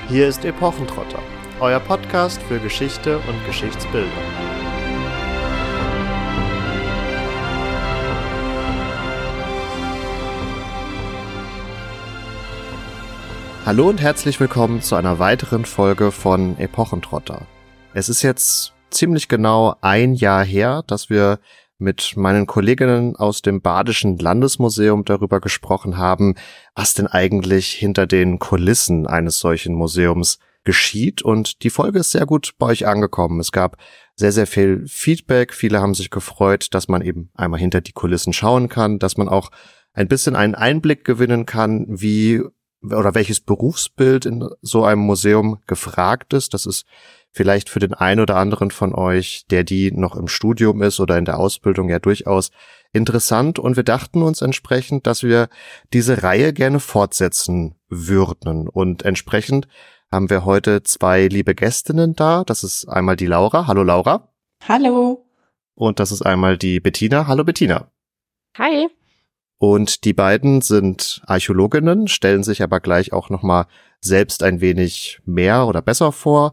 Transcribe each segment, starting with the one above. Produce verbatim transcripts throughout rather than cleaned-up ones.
Hier ist Epochentrotter, euer Podcast für Geschichte und Geschichtsbildung. Hallo und herzlich willkommen zu einer weiteren Folge von Epochentrotter. Es ist jetzt ziemlich genau ein Jahr her, dass wir mit meinen Kolleginnen aus dem Badischen Landesmuseum darüber gesprochen haben, was denn eigentlich hinter den Kulissen eines solchen Museums geschieht. Und die Folge ist sehr gut bei euch angekommen. Es gab sehr, sehr viel Feedback. Viele haben sich gefreut, dass man eben einmal hinter die Kulissen schauen kann, dass man auch ein bisschen einen Einblick gewinnen kann, wie oder welches Berufsbild in so einem Museum gefragt ist. Das ist vielleicht für den einen oder anderen von euch, der die noch im Studium ist oder in der Ausbildung, ja durchaus interessant. Und wir dachten uns entsprechend, dass wir diese Reihe gerne fortsetzen würden. Und entsprechend haben wir heute zwei liebe Gästinnen da. Das ist einmal die Laura. Hallo Laura. Hallo. Und das ist einmal die Bettina. Hallo Bettina. Hi. Und die beiden sind Archäologinnen, stellen sich aber gleich auch nochmal selbst ein wenig mehr oder besser vor.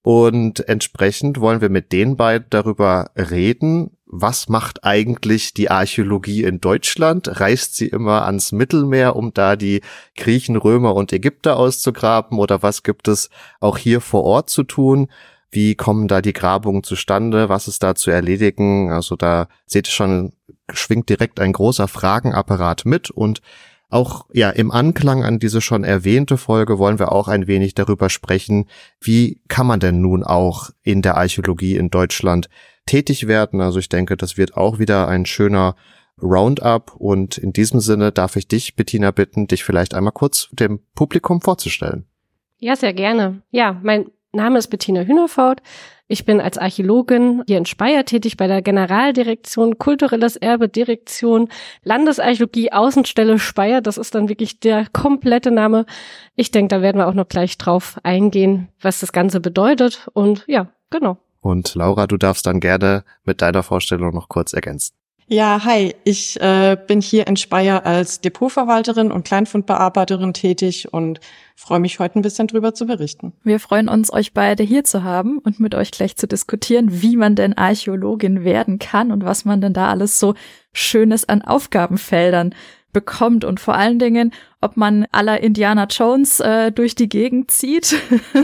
Und entsprechend wollen wir mit den beiden darüber reden, was macht eigentlich die Archäologie in Deutschland? Reist sie immer ans Mittelmeer, um da die Griechen, Römer und Ägypter auszugraben? Oder was gibt es auch hier vor Ort zu tun? Wie kommen da die Grabungen zustande? Was ist da zu erledigen? Also da seht ihr schon, schwingt direkt ein großer Fragenapparat mit. Und auch ja im Anklang an diese schon erwähnte Folge wollen wir auch ein wenig darüber sprechen, wie kann man denn nun auch in der Archäologie in Deutschland tätig werden. Also ich denke, das wird auch wieder ein schöner Roundup. Und in diesem Sinne darf ich dich, Bettina, bitten, dich vielleicht einmal kurz dem Publikum vorzustellen. Ja, sehr gerne. Ja, mein Name ist Bettina Hühnerfaut. Ich bin als Archäologin hier in Speyer tätig bei der Generaldirektion Kulturelles Erbe, Direktion Landesarchäologie, Außenstelle Speyer. Das ist dann wirklich der komplette Name. Ich denke, da werden wir auch noch gleich drauf eingehen, was das Ganze bedeutet. Und ja, genau. Und Laura, du darfst dann gerne mit deiner Vorstellung noch kurz ergänzen. Ja, hi. Ich äh, bin hier in Speyer als Depotverwalterin und Kleinfundbearbeiterin tätig und freue mich heute ein bisschen drüber zu berichten. Wir freuen uns, euch beide hier zu haben und mit euch gleich zu diskutieren, wie man denn Archäologin werden kann und was man denn da alles so Schönes an Aufgabenfeldern bekommt und vor allen Dingen, ob man à la Indiana Jones äh, durch die Gegend zieht,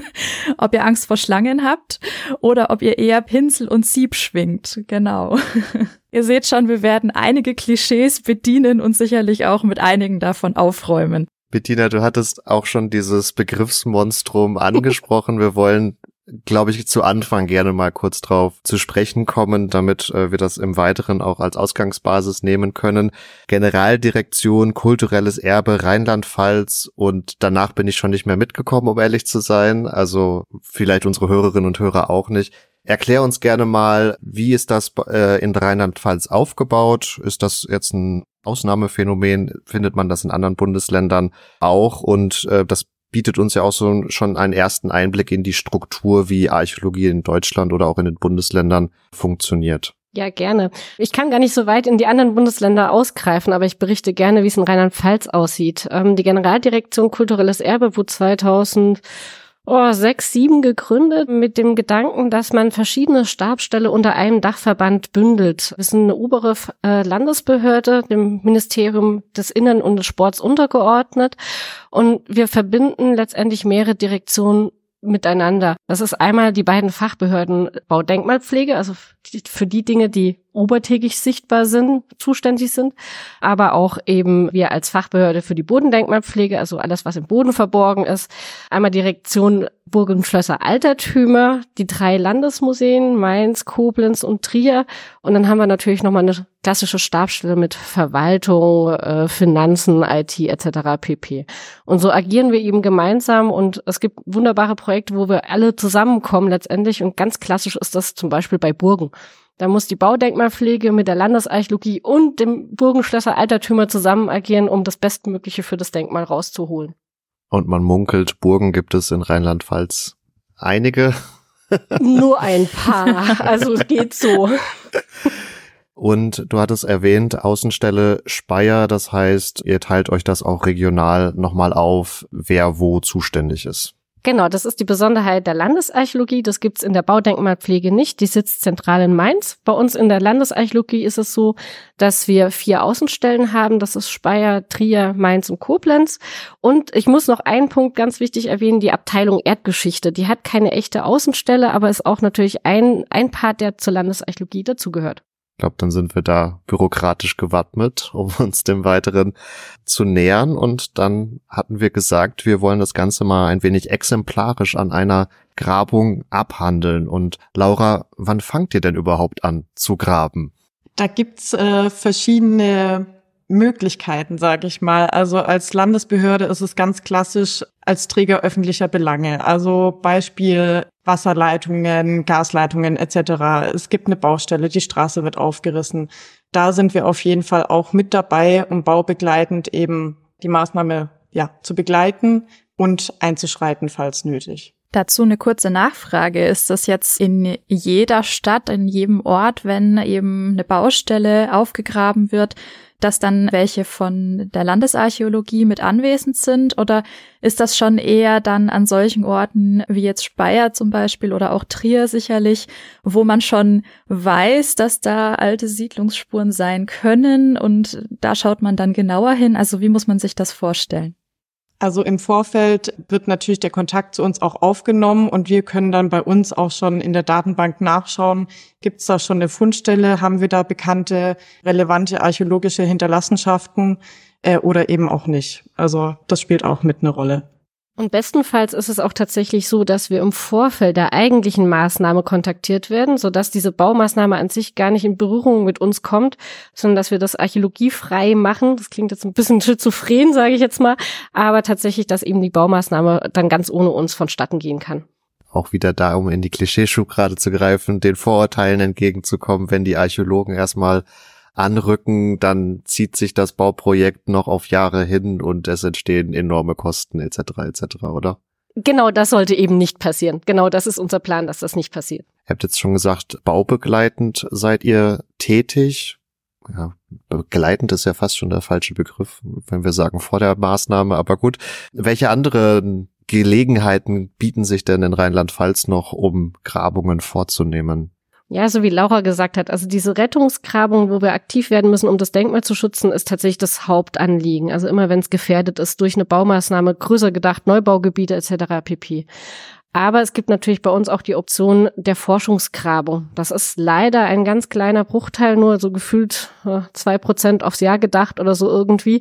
ob ihr Angst vor Schlangen habt oder ob ihr eher Pinsel und Sieb schwingt. Genau. Ihr seht schon, wir werden einige Klischees bedienen und sicherlich auch mit einigen davon aufräumen. Bettina, du hattest auch schon dieses Begriffsmonstrum angesprochen. Wir wollen, glaube ich, zu Anfang gerne mal kurz drauf zu sprechen kommen, damit äh, wir das im Weiteren auch als Ausgangsbasis nehmen können. Generaldirektion Kulturelles Erbe Rheinland-Pfalz, und danach bin ich schon nicht mehr mitgekommen, um ehrlich zu sein. Also vielleicht unsere Hörerinnen und Hörer auch nicht. Erklär uns gerne mal, wie ist das äh, in Rheinland-Pfalz aufgebaut? Ist das jetzt ein Ausnahmephänomen? Findet man das in anderen Bundesländern auch? Und äh, das bietet uns ja auch so schon einen ersten Einblick in die Struktur, wie Archäologie in Deutschland oder auch in den Bundesländern funktioniert. Ja, gerne. Ich kann gar nicht so weit in die anderen Bundesländer ausgreifen, aber ich berichte gerne, wie es in Rheinland-Pfalz aussieht. Ähm, die Generaldirektion Kulturelles Erbe wurde zweitausendsechs, sieben gegründet mit dem Gedanken, dass man verschiedene Stabsstelle unter einem Dachverband bündelt. Wir sind eine obere äh, Landesbehörde, dem Ministerium des Innern und des Sports untergeordnet, und wir verbinden letztendlich mehrere Direktionen miteinander. Das ist einmal die beiden Fachbehörden Baudenkmalpflege, also für die Dinge, die obertägig sichtbar sind, zuständig sind, aber auch eben wir als Fachbehörde für die Bodendenkmalpflege, also alles, was im Boden verborgen ist. Einmal Direktion Burgen, Schlösser, Altertümer, die drei Landesmuseen, Mainz, Koblenz und Trier. Und dann haben wir natürlich nochmal eine klassische Stabsstelle mit Verwaltung, äh, Finanzen, I T et cetera pp. Und so agieren wir eben gemeinsam, und es gibt wunderbare Projekte, wo wir alle zusammenkommen letztendlich, und ganz klassisch ist das zum Beispiel bei Burgen. Da muss die Baudenkmalpflege mit der Landesarchäologie und dem Burgenschlösser Altertümer zusammen agieren, um das Bestmögliche für das Denkmal rauszuholen. Und man munkelt, Burgen gibt es in Rheinland-Pfalz einige. Nur ein paar, also es geht so. Und du hattest erwähnt, Außenstelle Speyer, das heißt, ihr teilt euch das auch regional nochmal auf, wer wo zuständig ist. Genau, das ist die Besonderheit der Landesarchäologie. Das gibt's in der Baudenkmalpflege nicht. Die sitzt zentral in Mainz. Bei uns in der Landesarchäologie ist es so, dass wir vier Außenstellen haben. Das ist Speyer, Trier, Mainz und Koblenz. Und ich muss noch einen Punkt ganz wichtig erwähnen, die Abteilung Erdgeschichte. Die hat keine echte Außenstelle, aber ist auch natürlich ein, ein Part, der zur Landesarchäologie dazugehört. Ich glaube, dann sind wir da bürokratisch gewappnet, um uns dem Weiteren zu nähern. Und dann hatten wir gesagt, wir wollen das Ganze mal ein wenig exemplarisch an einer Grabung abhandeln. Und Laura, wann fangt ihr denn überhaupt an zu graben? Da gibt's äh, verschiedene Möglichkeiten, sage ich mal. Also als Landesbehörde ist es ganz klassisch als Träger öffentlicher Belange. Also Beispiel Wasserleitungen, Gasleitungen et cetera. Es gibt eine Baustelle, die Straße wird aufgerissen. Da sind wir auf jeden Fall auch mit dabei, um baubegleitend eben die Maßnahme ja zu begleiten und einzuschreiten, falls nötig. Dazu eine kurze Nachfrage. Ist das jetzt in jeder Stadt, in jedem Ort, wenn eben eine Baustelle aufgegraben wird, dass dann welche von der Landesarchäologie mit anwesend sind? Oder ist das schon eher dann an solchen Orten wie jetzt Speyer zum Beispiel oder auch Trier sicherlich, wo man schon weiß, dass da alte Siedlungsspuren sein können und da schaut man dann genauer hin? Also wie muss man sich das vorstellen? Also im Vorfeld wird natürlich der Kontakt zu uns auch aufgenommen und wir können dann bei uns auch schon in der Datenbank nachschauen, gibt es da schon eine Fundstelle, haben wir da bekannte, relevante archäologische Hinterlassenschaften äh, oder eben auch nicht. Also das spielt auch mit eine Rolle. Und bestenfalls ist es auch tatsächlich so, dass wir im Vorfeld der eigentlichen Maßnahme kontaktiert werden, sodass diese Baumaßnahme an sich gar nicht in Berührung mit uns kommt, sondern dass wir das archäologiefrei machen. Das klingt jetzt ein bisschen schizophren, sage ich jetzt mal, aber tatsächlich, dass eben die Baumaßnahme dann ganz ohne uns vonstatten gehen kann. Auch wieder da, um in die Klischeeschublade zu greifen, den Vorurteilen entgegenzukommen, wenn die Archäologen erstmal anrücken, dann zieht sich das Bauprojekt noch auf Jahre hin und es entstehen enorme Kosten et cetera et cetera, oder? Genau, das sollte eben nicht passieren. Genau, das ist unser Plan, dass das nicht passiert. Ihr habt jetzt schon gesagt, baubegleitend seid ihr tätig. Ja, begleitend ist ja fast schon der falsche Begriff, wenn wir sagen vor der Maßnahme, aber gut. Welche anderen Gelegenheiten bieten sich denn in Rheinland-Pfalz noch, um Grabungen vorzunehmen? Ja, so wie Laura gesagt hat, also diese Rettungsgrabung, wo wir aktiv werden müssen, um das Denkmal zu schützen, ist tatsächlich das Hauptanliegen. Also immer, wenn es gefährdet ist durch eine Baumaßnahme, größer gedacht, Neubaugebiete et cetera pp. Aber es gibt natürlich bei uns auch die Option der Forschungsgrabung. Das ist leider ein ganz kleiner Bruchteil, nur so gefühlt zwei Prozent aufs Jahr gedacht oder so irgendwie.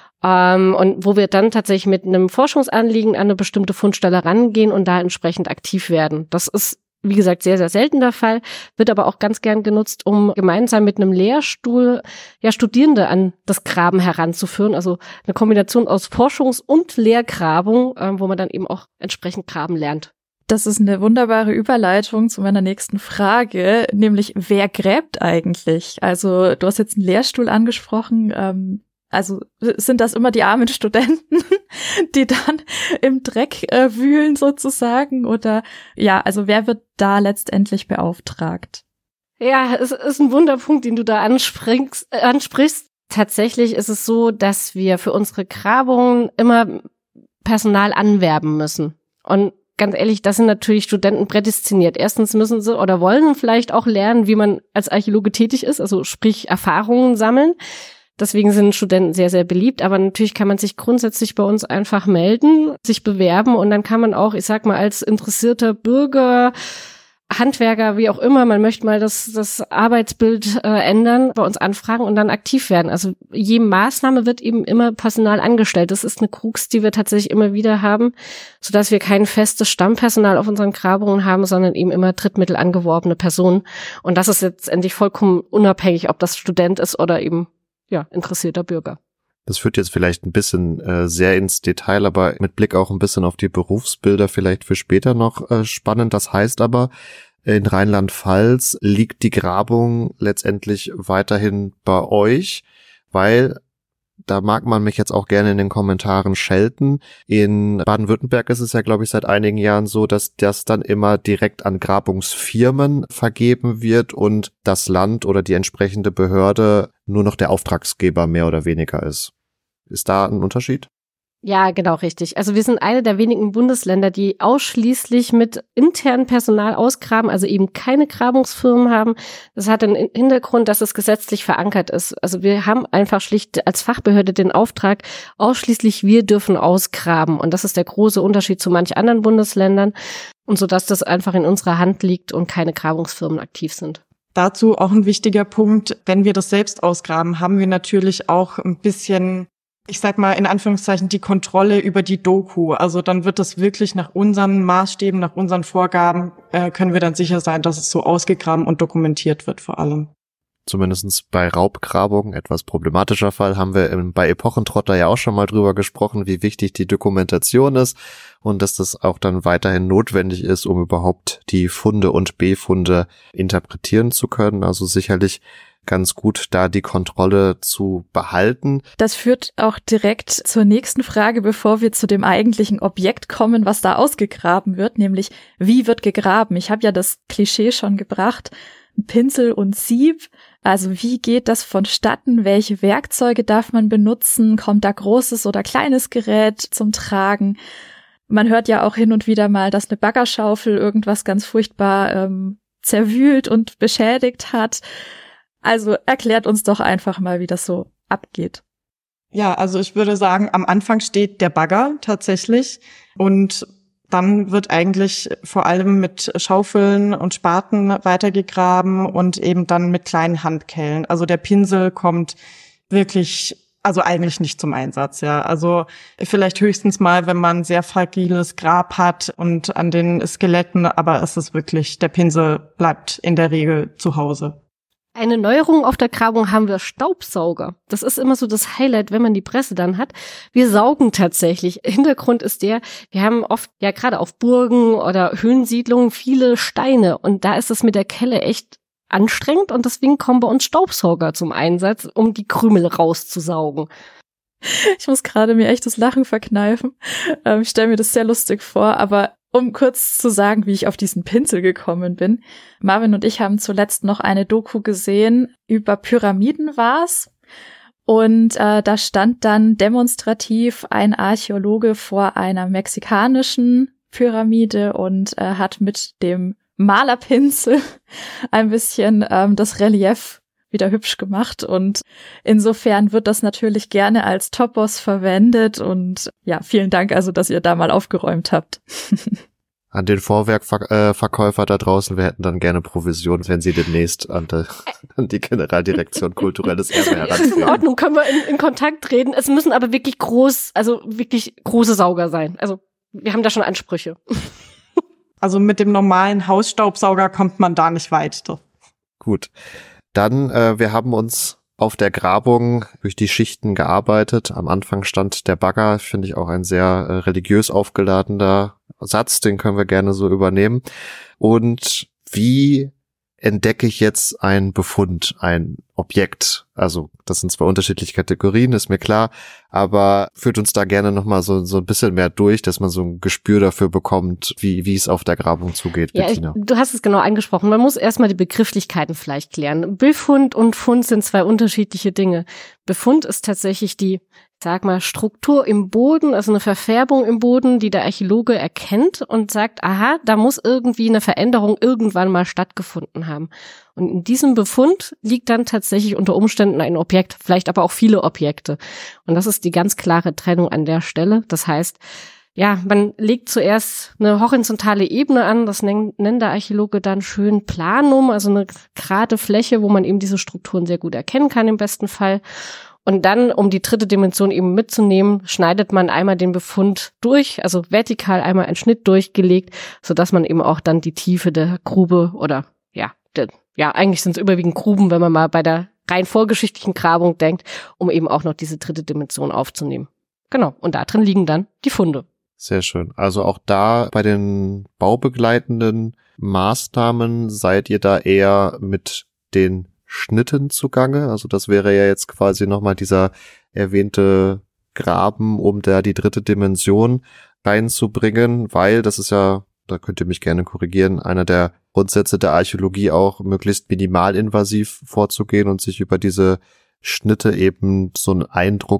Ähm, und wo wir dann tatsächlich mit einem Forschungsanliegen an eine bestimmte Fundstelle rangehen und da entsprechend aktiv werden. Das ist wie gesagt, sehr, sehr selten der Fall, wird aber auch ganz gern genutzt, um gemeinsam mit einem Lehrstuhl ja Studierende an das Graben heranzuführen. Also eine Kombination aus Forschungs- und Lehrgrabung, äh, wo man dann eben auch entsprechend graben lernt. Das ist eine wunderbare Überleitung zu meiner nächsten Frage, nämlich wer gräbt eigentlich? Also du hast jetzt einen Lehrstuhl angesprochen, ähm, also sind das immer die armen Studenten, die dann im Dreck äh, wühlen sozusagen? Oder ja, also wer wird da letztendlich beauftragt? Ja, es ist ein Wunderpunkt, den du da anspringst, äh, ansprichst. Tatsächlich ist es so, dass wir für unsere Grabungen immer Personal anwerben müssen. Und ganz ehrlich, das sind natürlich Studenten prädestiniert. Erstens müssen sie oder wollen vielleicht auch lernen, wie man als Archäologe tätig ist, also sprich Erfahrungen sammeln. Deswegen sind Studenten sehr, sehr beliebt, aber natürlich kann man sich grundsätzlich bei uns einfach melden, sich bewerben und dann kann man auch, ich sag mal, als interessierter Bürger, Handwerker, wie auch immer, man möchte mal das, das Arbeitsbild äh, ändern, bei uns anfragen und dann aktiv werden. Also je Maßnahme wird eben immer Personal angestellt. Das ist eine Krux, die wir tatsächlich immer wieder haben, sodass wir kein festes Stammpersonal auf unseren Grabungen haben, sondern eben immer Drittmittel angeworbene Personen. Und das ist letztendlich vollkommen unabhängig, ob das Student ist oder eben ja, interessierter Bürger. Das führt jetzt vielleicht ein bisschen äh, sehr ins Detail, aber mit Blick auch ein bisschen auf die Berufsbilder vielleicht für später noch äh, spannend. Das heißt aber, in Rheinland-Pfalz liegt die Grabung letztendlich weiterhin bei euch, weil da mag man mich jetzt auch gerne in den Kommentaren schelten. In Baden-Württemberg ist es ja, glaube ich, seit einigen Jahren so, dass das dann immer direkt an Grabungsfirmen vergeben wird und das Land oder die entsprechende Behörde nur noch der Auftragsgeber mehr oder weniger ist. Ist da ein Unterschied? Ja, genau, richtig. Also wir sind eine der wenigen Bundesländer, die ausschließlich mit internem Personal ausgraben, also eben keine Grabungsfirmen haben. Das hat den Hintergrund, dass es gesetzlich verankert ist. Also wir haben einfach schlicht als Fachbehörde den Auftrag, ausschließlich wir dürfen ausgraben. Und das ist der große Unterschied zu manch anderen Bundesländern. Und so dass das einfach in unserer Hand liegt und keine Grabungsfirmen aktiv sind. Dazu auch ein wichtiger Punkt, wenn wir das selbst ausgraben, haben wir natürlich auch ein bisschen, ich sag mal in Anführungszeichen, die Kontrolle über die Doku. Also dann wird das wirklich nach unseren Maßstäben, nach unseren Vorgaben, äh, können wir dann sicher sein, dass es so ausgegraben und dokumentiert wird vor allem. Zumindest bei Raubgrabungen, etwas problematischer Fall, haben wir im, bei Epochentrotter ja auch schon mal drüber gesprochen, wie wichtig die Dokumentation ist und dass das auch dann weiterhin notwendig ist, um überhaupt die Funde und Befunde interpretieren zu können. Also sicherlich ganz gut, da die Kontrolle zu behalten. Das führt auch direkt zur nächsten Frage, bevor wir zu dem eigentlichen Objekt kommen, was da ausgegraben wird, nämlich wie wird gegraben? Ich habe ja das Klischee schon gebracht, Pinsel und Sieb. Also wie geht das vonstatten? Welche Werkzeuge darf man benutzen? Kommt da großes oder kleines Gerät zum Tragen? Man hört ja auch hin und wieder mal, dass eine Baggerschaufel irgendwas ganz furchtbar ähm, zerwühlt und beschädigt hat. Also erklärt uns doch einfach mal, wie das so abgeht. Ja, also ich würde sagen, am Anfang steht der Bagger tatsächlich und dann wird eigentlich vor allem mit Schaufeln und Spaten weitergegraben und eben dann mit kleinen Handkellen. Also der Pinsel kommt wirklich, also eigentlich nicht zum Einsatz, ja. Also vielleicht höchstens mal, wenn man ein sehr fragiles Grab hat und an den Skeletten, aber es ist wirklich, der Pinsel bleibt in der Regel zu Hause. Eine Neuerung auf der Grabung haben wir Staubsauger. Das ist immer so das Highlight, wenn man die Presse dann hat. Wir saugen tatsächlich. Hintergrund ist der, wir haben oft, ja gerade auf Burgen oder Höhlensiedlungen viele Steine und da ist es mit der Kelle echt anstrengend und deswegen kommen bei uns Staubsauger zum Einsatz, um die Krümel rauszusaugen. Ich muss gerade mir echt das Lachen verkneifen. Ähm, ich stelle mir das sehr lustig vor, aber um kurz zu sagen, wie ich auf diesen Pinsel gekommen bin. Marvin und ich haben zuletzt noch eine Doku gesehen, über Pyramiden war's. Und äh, da stand dann demonstrativ ein Archäologe vor einer mexikanischen Pyramide und äh, hat mit dem Malerpinsel ein bisschen ähm, das Relief wieder hübsch gemacht und insofern wird das natürlich gerne als Topos verwendet und ja, vielen Dank also, dass ihr da mal aufgeräumt habt. An den Vorwerkverkäufer da draußen, wir hätten dann gerne Provision, wenn sie demnächst an, der, an die Generaldirektion Kulturelles Erbe herantreten. In Ordnung, können wir in, in Kontakt treten. Es müssen aber wirklich groß, also wirklich große Sauger sein. Also wir haben da schon Ansprüche. Also mit dem normalen Hausstaubsauger kommt man da nicht weit. Doch. Gut. Dann, äh, wir haben uns auf der Grabung durch die Schichten gearbeitet. Am Anfang stand der Bagger, finde ich auch ein sehr äh, religiös aufgeladener Satz, den können wir gerne so übernehmen. Und wie entdecke ich jetzt ein Befund, ein Objekt? Also das sind zwei unterschiedliche Kategorien, ist mir klar, aber führt uns da gerne nochmal so, so ein bisschen mehr durch, dass man so ein Gespür dafür bekommt, wie, wie es auf der Grabung zugeht, ja, Bettina. Ich, du hast es genau angesprochen. Man muss erstmal die Begrifflichkeiten vielleicht klären. Befund und Fund sind zwei unterschiedliche Dinge. Befund ist tatsächlich die, sag mal, Struktur im Boden, also eine Verfärbung im Boden, die der Archäologe erkennt und sagt, aha, da muss irgendwie eine Veränderung irgendwann mal stattgefunden haben. Und in diesem Befund liegt dann tatsächlich unter Umständen ein Objekt, vielleicht aber auch viele Objekte. Und das ist die ganz klare Trennung an der Stelle. Das heißt, ja, man legt zuerst eine horizontale Ebene an, das nennt, nennt der Archäologe dann schön Planum, also eine gerade Fläche, wo man eben diese Strukturen sehr gut erkennen kann im besten Fall. Und dann, um die dritte Dimension eben mitzunehmen, schneidet man einmal den Befund durch, also vertikal einmal einen Schnitt durchgelegt, sodass man eben auch dann die Tiefe der Grube oder ja, der, ja, eigentlich sind es überwiegend Gruben, wenn man mal bei der rein vorgeschichtlichen Grabung denkt, um eben auch noch diese dritte Dimension aufzunehmen. Genau, und da drin liegen dann die Funde. Sehr schön. Also auch da bei den baubegleitenden Maßnahmen seid ihr da eher mit den Schnitten zugange. Also das wäre ja jetzt quasi nochmal dieser erwähnte Graben, um da die dritte Dimension reinzubringen, weil das ist ja, da könnt ihr mich gerne korrigieren, einer der Grundsätze der Archäologie auch, möglichst minimalinvasiv vorzugehen und sich über diese Schnitte eben so einen Eindruck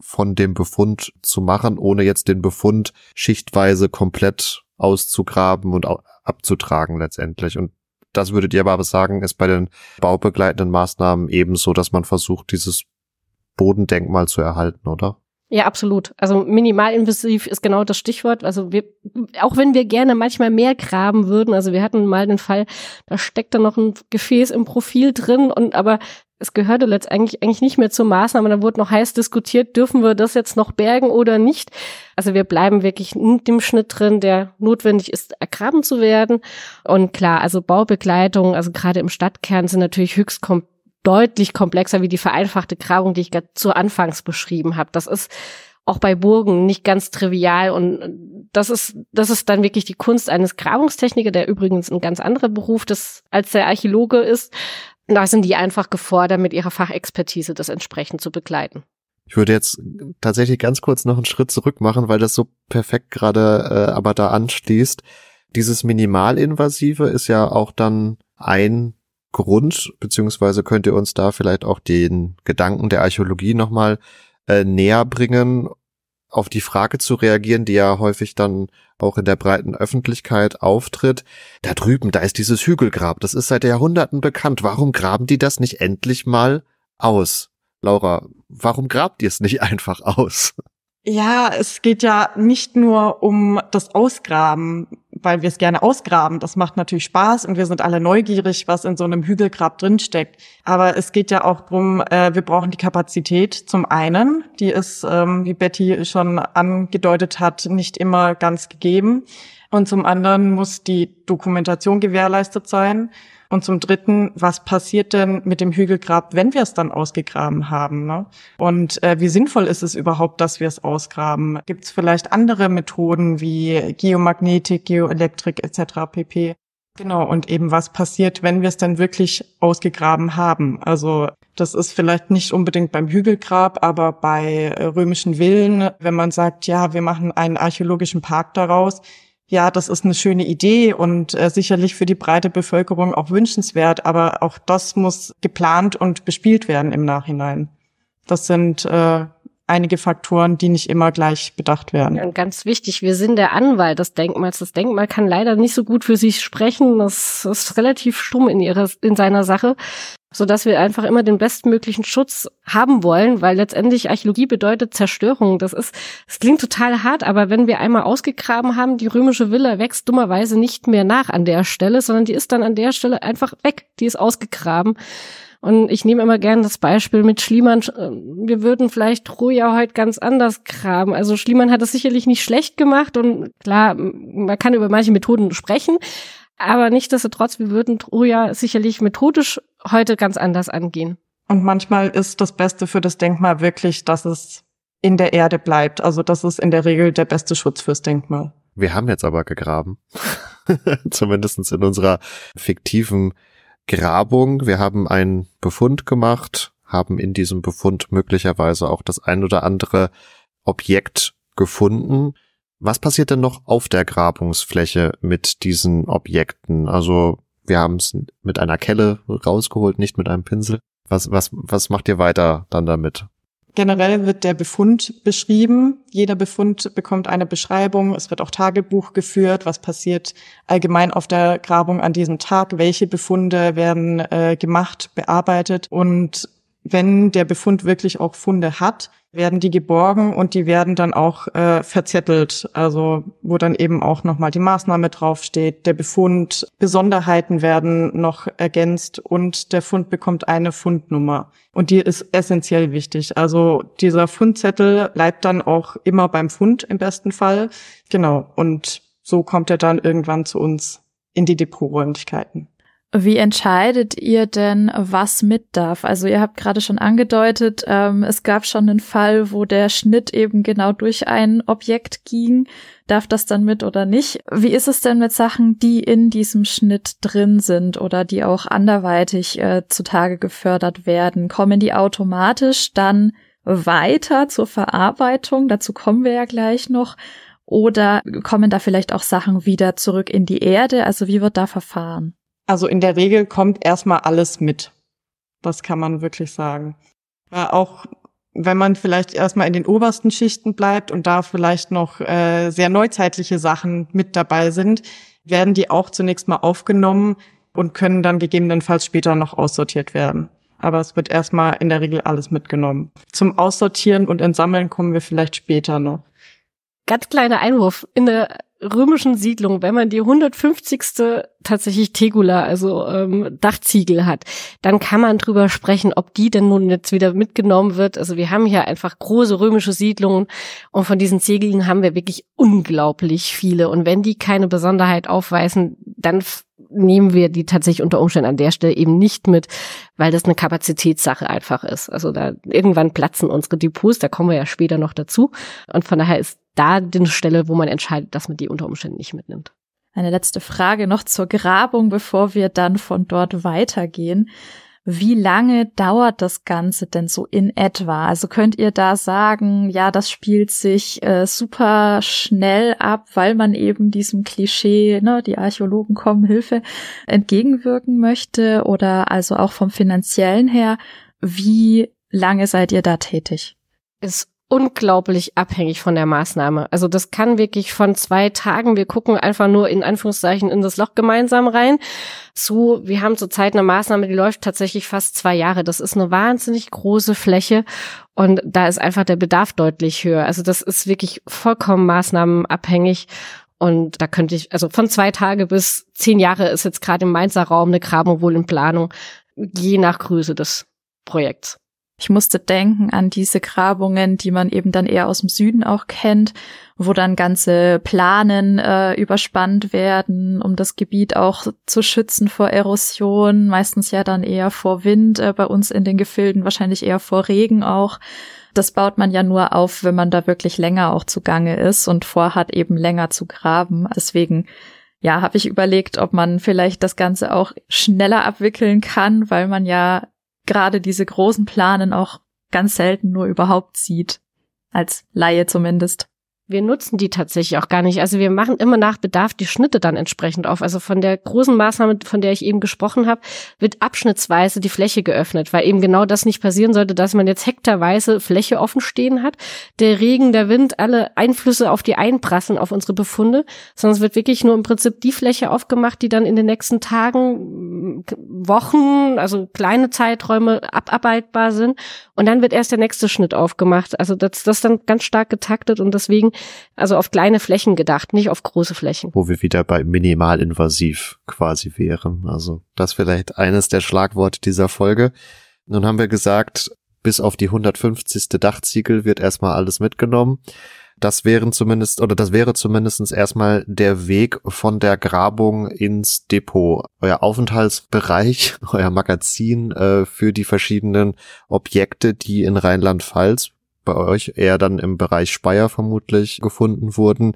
von dem Befund zu machen, ohne jetzt den Befund schichtweise komplett auszugraben und abzutragen letztendlich. Und das würdet ihr aber sagen, ist bei den baubegleitenden Maßnahmen ebenso, dass man versucht, dieses Bodendenkmal zu erhalten, oder? Ja, absolut. Also minimalinvasiv ist genau das Stichwort. Also wir, auch wenn wir gerne manchmal mehr graben würden, also wir hatten mal den Fall, da steckte noch ein Gefäß im Profil drin und aber es gehörte letztendlich eigentlich nicht mehr zur Maßnahme. Da wurde noch heiß diskutiert, dürfen wir das jetzt noch bergen oder nicht. Also wir bleiben wirklich in dem Schnitt drin, der notwendig ist, ergraben zu werden. Und klar, also Baubegleitung, also gerade im Stadtkern sind natürlich höchst kom- deutlich komplexer wie die vereinfachte Grabung, die ich gerade zu Anfangs beschrieben habe. Das ist auch bei Burgen nicht ganz trivial und das ist das ist dann wirklich die Kunst eines Grabungstechnikers, der übrigens ein ganz anderer Beruf des, als der Archäologe ist. Da sind die einfach gefordert, mit ihrer Fachexpertise das entsprechend zu begleiten. Ich würde jetzt tatsächlich ganz kurz noch einen Schritt zurück machen, weil das so perfekt gerade äh, aber da anschließt. Dieses Minimalinvasive ist ja auch dann ein Grund, beziehungsweise könnt ihr uns da vielleicht auch den Gedanken der Archäologie nochmal äh, näher bringen, auf die Frage zu reagieren, die ja häufig dann auch in der breiten Öffentlichkeit auftritt. Da drüben, da ist dieses Hügelgrab, das ist seit Jahrhunderten bekannt. Warum graben die das nicht endlich mal aus? Laura, warum grabt ihr es nicht einfach aus? Ja, es geht ja nicht nur um das Ausgraben, weil wir es gerne ausgraben. Das macht natürlich Spaß und wir sind alle neugierig, was in so einem Hügelgrab drinsteckt. Aber es geht ja auch drum, äh, wir brauchen die Kapazität zum einen. Die ist, ähm, wie Betty schon angedeutet hat, nicht immer ganz gegeben. Und zum anderen muss die Dokumentation gewährleistet sein. Und zum Dritten, was passiert denn mit dem Hügelgrab, wenn wir es dann ausgegraben haben, ne? Und äh, wie sinnvoll ist es überhaupt, dass wir es ausgraben? Gibt es vielleicht andere Methoden wie Geomagnetik, Geoelektrik et cetera pp.? Genau, und eben was passiert, wenn wir es dann wirklich ausgegraben haben? Also das ist vielleicht nicht unbedingt beim Hügelgrab, aber bei äh, römischen Villen, wenn man sagt, ja, wir machen einen archäologischen Park daraus, ja, das ist eine schöne Idee und äh, sicherlich für die breite Bevölkerung auch wünschenswert, aber auch das muss geplant und bespielt werden im Nachhinein. Das sind äh, einige Faktoren, die nicht immer gleich bedacht werden. Und ganz wichtig, wir sind der Anwalt des Denkmals. Das Denkmal kann leider nicht so gut für sich sprechen. Das ist relativ stumm in ihrer, in seiner Sache, sodass wir einfach immer den bestmöglichen Schutz haben wollen, weil letztendlich Archäologie bedeutet Zerstörung. Das ist, es klingt total hart, aber wenn wir einmal ausgegraben haben, die römische Villa wächst dummerweise nicht mehr nach an der Stelle, sondern die ist dann an der Stelle einfach weg. Die ist ausgegraben. Und ich nehme immer gerne das Beispiel mit Schliemann. Wir würden vielleicht Troja heute ganz anders graben. Also Schliemann hat es sicherlich nicht schlecht gemacht und klar, man kann über manche Methoden sprechen, aber nichtsdestotrotz, wir würden Troja sicherlich methodisch heute ganz anders angehen. Und manchmal ist das Beste für das Denkmal wirklich, dass es in der Erde bleibt. Also das ist in der Regel der beste Schutz fürs Denkmal. Wir haben jetzt aber gegraben. Zumindest in unserer fiktiven Grabung. Wir haben einen Befund gemacht, haben in diesem Befund möglicherweise auch das ein oder andere Objekt gefunden. Was passiert denn noch auf der Grabungsfläche mit diesen Objekten? Also wir haben es mit einer Kelle rausgeholt, nicht mit einem Pinsel. Was, was, was macht ihr weiter dann damit? Generell wird der Befund beschrieben. Jeder Befund bekommt eine Beschreibung. Es wird auch Tagebuch geführt. Was passiert allgemein auf der Grabung an diesem Tag? Welche Befunde werden äh, gemacht, bearbeitet? Und wenn der Befund wirklich auch Funde hat, werden die geborgen und die werden dann auch äh, verzettelt. Also wo dann eben auch nochmal die Maßnahme draufsteht, der Befund, Besonderheiten werden noch ergänzt und der Fund bekommt eine Fundnummer. Und die ist essentiell wichtig. Also dieser Fundzettel bleibt dann auch immer beim Fund im besten Fall. Genau. Und so kommt er dann irgendwann zu uns in die Depoträumlichkeiten. Wie entscheidet ihr denn, was mit darf? Also ihr habt gerade schon angedeutet, ähm, es gab schon einen Fall, wo der Schnitt eben genau durch ein Objekt ging. Darf das dann mit oder nicht? Wie ist es denn mit Sachen, die in diesem Schnitt drin sind oder die auch anderweitig äh, zutage gefördert werden? Kommen die automatisch dann weiter zur Verarbeitung? Dazu kommen wir ja gleich noch. Oder kommen da vielleicht auch Sachen wieder zurück in die Erde? Also wie wird da verfahren? Also in der Regel kommt erstmal alles mit. Das kann man wirklich sagen. Weil auch Wenn man vielleicht erstmal in den obersten Schichten bleibt und da vielleicht noch äh, sehr neuzeitliche Sachen mit dabei sind, werden die auch zunächst mal aufgenommen und können dann gegebenenfalls später noch aussortiert werden. Aber es wird erstmal in der Regel alles mitgenommen. Zum Aussortieren und Entsammeln kommen wir vielleicht später noch. Ganz kleiner Einwurf. In der römischen Siedlung, wenn man die hundertfünfzigste tatsächlich Tegula, also ähm, Dachziegel hat, dann kann man drüber sprechen, ob die denn nun jetzt wieder mitgenommen wird. Also wir haben hier einfach große römische Siedlungen und von diesen Ziegeln haben wir wirklich unglaublich viele. Und wenn die keine Besonderheit aufweisen, dann f- nehmen wir die tatsächlich unter Umständen an der Stelle eben nicht mit, weil das eine Kapazitätssache einfach ist. Also da irgendwann platzen unsere Depots, da kommen wir ja später noch dazu. Und von daher ist da die Stelle, wo man entscheidet, dass man die unter Umständen nicht mitnimmt. Eine letzte Frage noch zur Grabung, bevor wir dann von dort weitergehen. Wie lange dauert das Ganze denn so in etwa? Also könnt ihr da sagen, ja, das spielt sich äh, super schnell ab, weil man eben diesem Klischee, ne, die Archäologen kommen, Hilfe, entgegenwirken möchte? Oder also auch vom Finanziellen her, wie lange seid ihr da tätig? Ist unglaublich abhängig von der Maßnahme. Also das kann wirklich von zwei Tagen, wir gucken einfach nur in Anführungszeichen in das Loch gemeinsam rein, zu, wir haben zurzeit eine Maßnahme, die läuft tatsächlich fast zwei Jahre. Das ist eine wahnsinnig große Fläche und da ist einfach der Bedarf deutlich höher. Also das ist wirklich vollkommen maßnahmenabhängig. Und da könnte ich, also von zwei Tage bis zehn Jahre ist jetzt gerade im Mainzer Raum eine Grabung wohl in Planung, je nach Größe des Projekts. Ich musste denken an diese Grabungen, die man eben dann eher aus dem Süden auch kennt, wo dann ganze Planen äh, überspannt werden, um das Gebiet auch zu schützen vor Erosion, meistens ja dann eher vor Wind, äh, bei uns in den Gefilden wahrscheinlich eher vor Regen auch. Das baut man ja nur auf, wenn man da wirklich länger auch zugange ist und vorhat, eben länger zu graben. Deswegen, ja, habe ich überlegt, ob man vielleicht das Ganze auch schneller abwickeln kann, weil man ja gerade diese großen Planen auch ganz selten nur überhaupt sieht. Als Laie zumindest. Wir nutzen die tatsächlich auch gar nicht. Also wir machen immer nach Bedarf die Schnitte dann entsprechend auf. Also von der großen Maßnahme, von der ich eben gesprochen habe, wird abschnittsweise die Fläche geöffnet, weil eben genau das nicht passieren sollte, dass man jetzt hektarweise Fläche offen stehen hat. Der Regen, der Wind, alle Einflüsse auf die einprasseln auf unsere Befunde, sondern es wird wirklich nur im Prinzip die Fläche aufgemacht, die dann in den nächsten Tagen, Wochen, also kleine Zeiträume abarbeitbar sind. Und dann wird erst der nächste Schnitt aufgemacht. Also das, das ist dann ganz stark getaktet und deswegen also auf kleine Flächen gedacht, nicht auf große Flächen. Wo wir wieder bei minimalinvasiv quasi wären. Also das vielleicht eines der Schlagworte dieser Folge. Nun haben wir gesagt, bis auf die hundertfünfzigste Dachziegel wird erstmal alles mitgenommen. Das wären zumindest, oder das wäre zumindest erstmal der Weg von der Grabung ins Depot. Euer Aufenthaltsbereich, euer Magazin äh, für die verschiedenen Objekte, die in Rheinland-Pfalz bei euch eher dann im Bereich Speyer vermutlich gefunden wurden.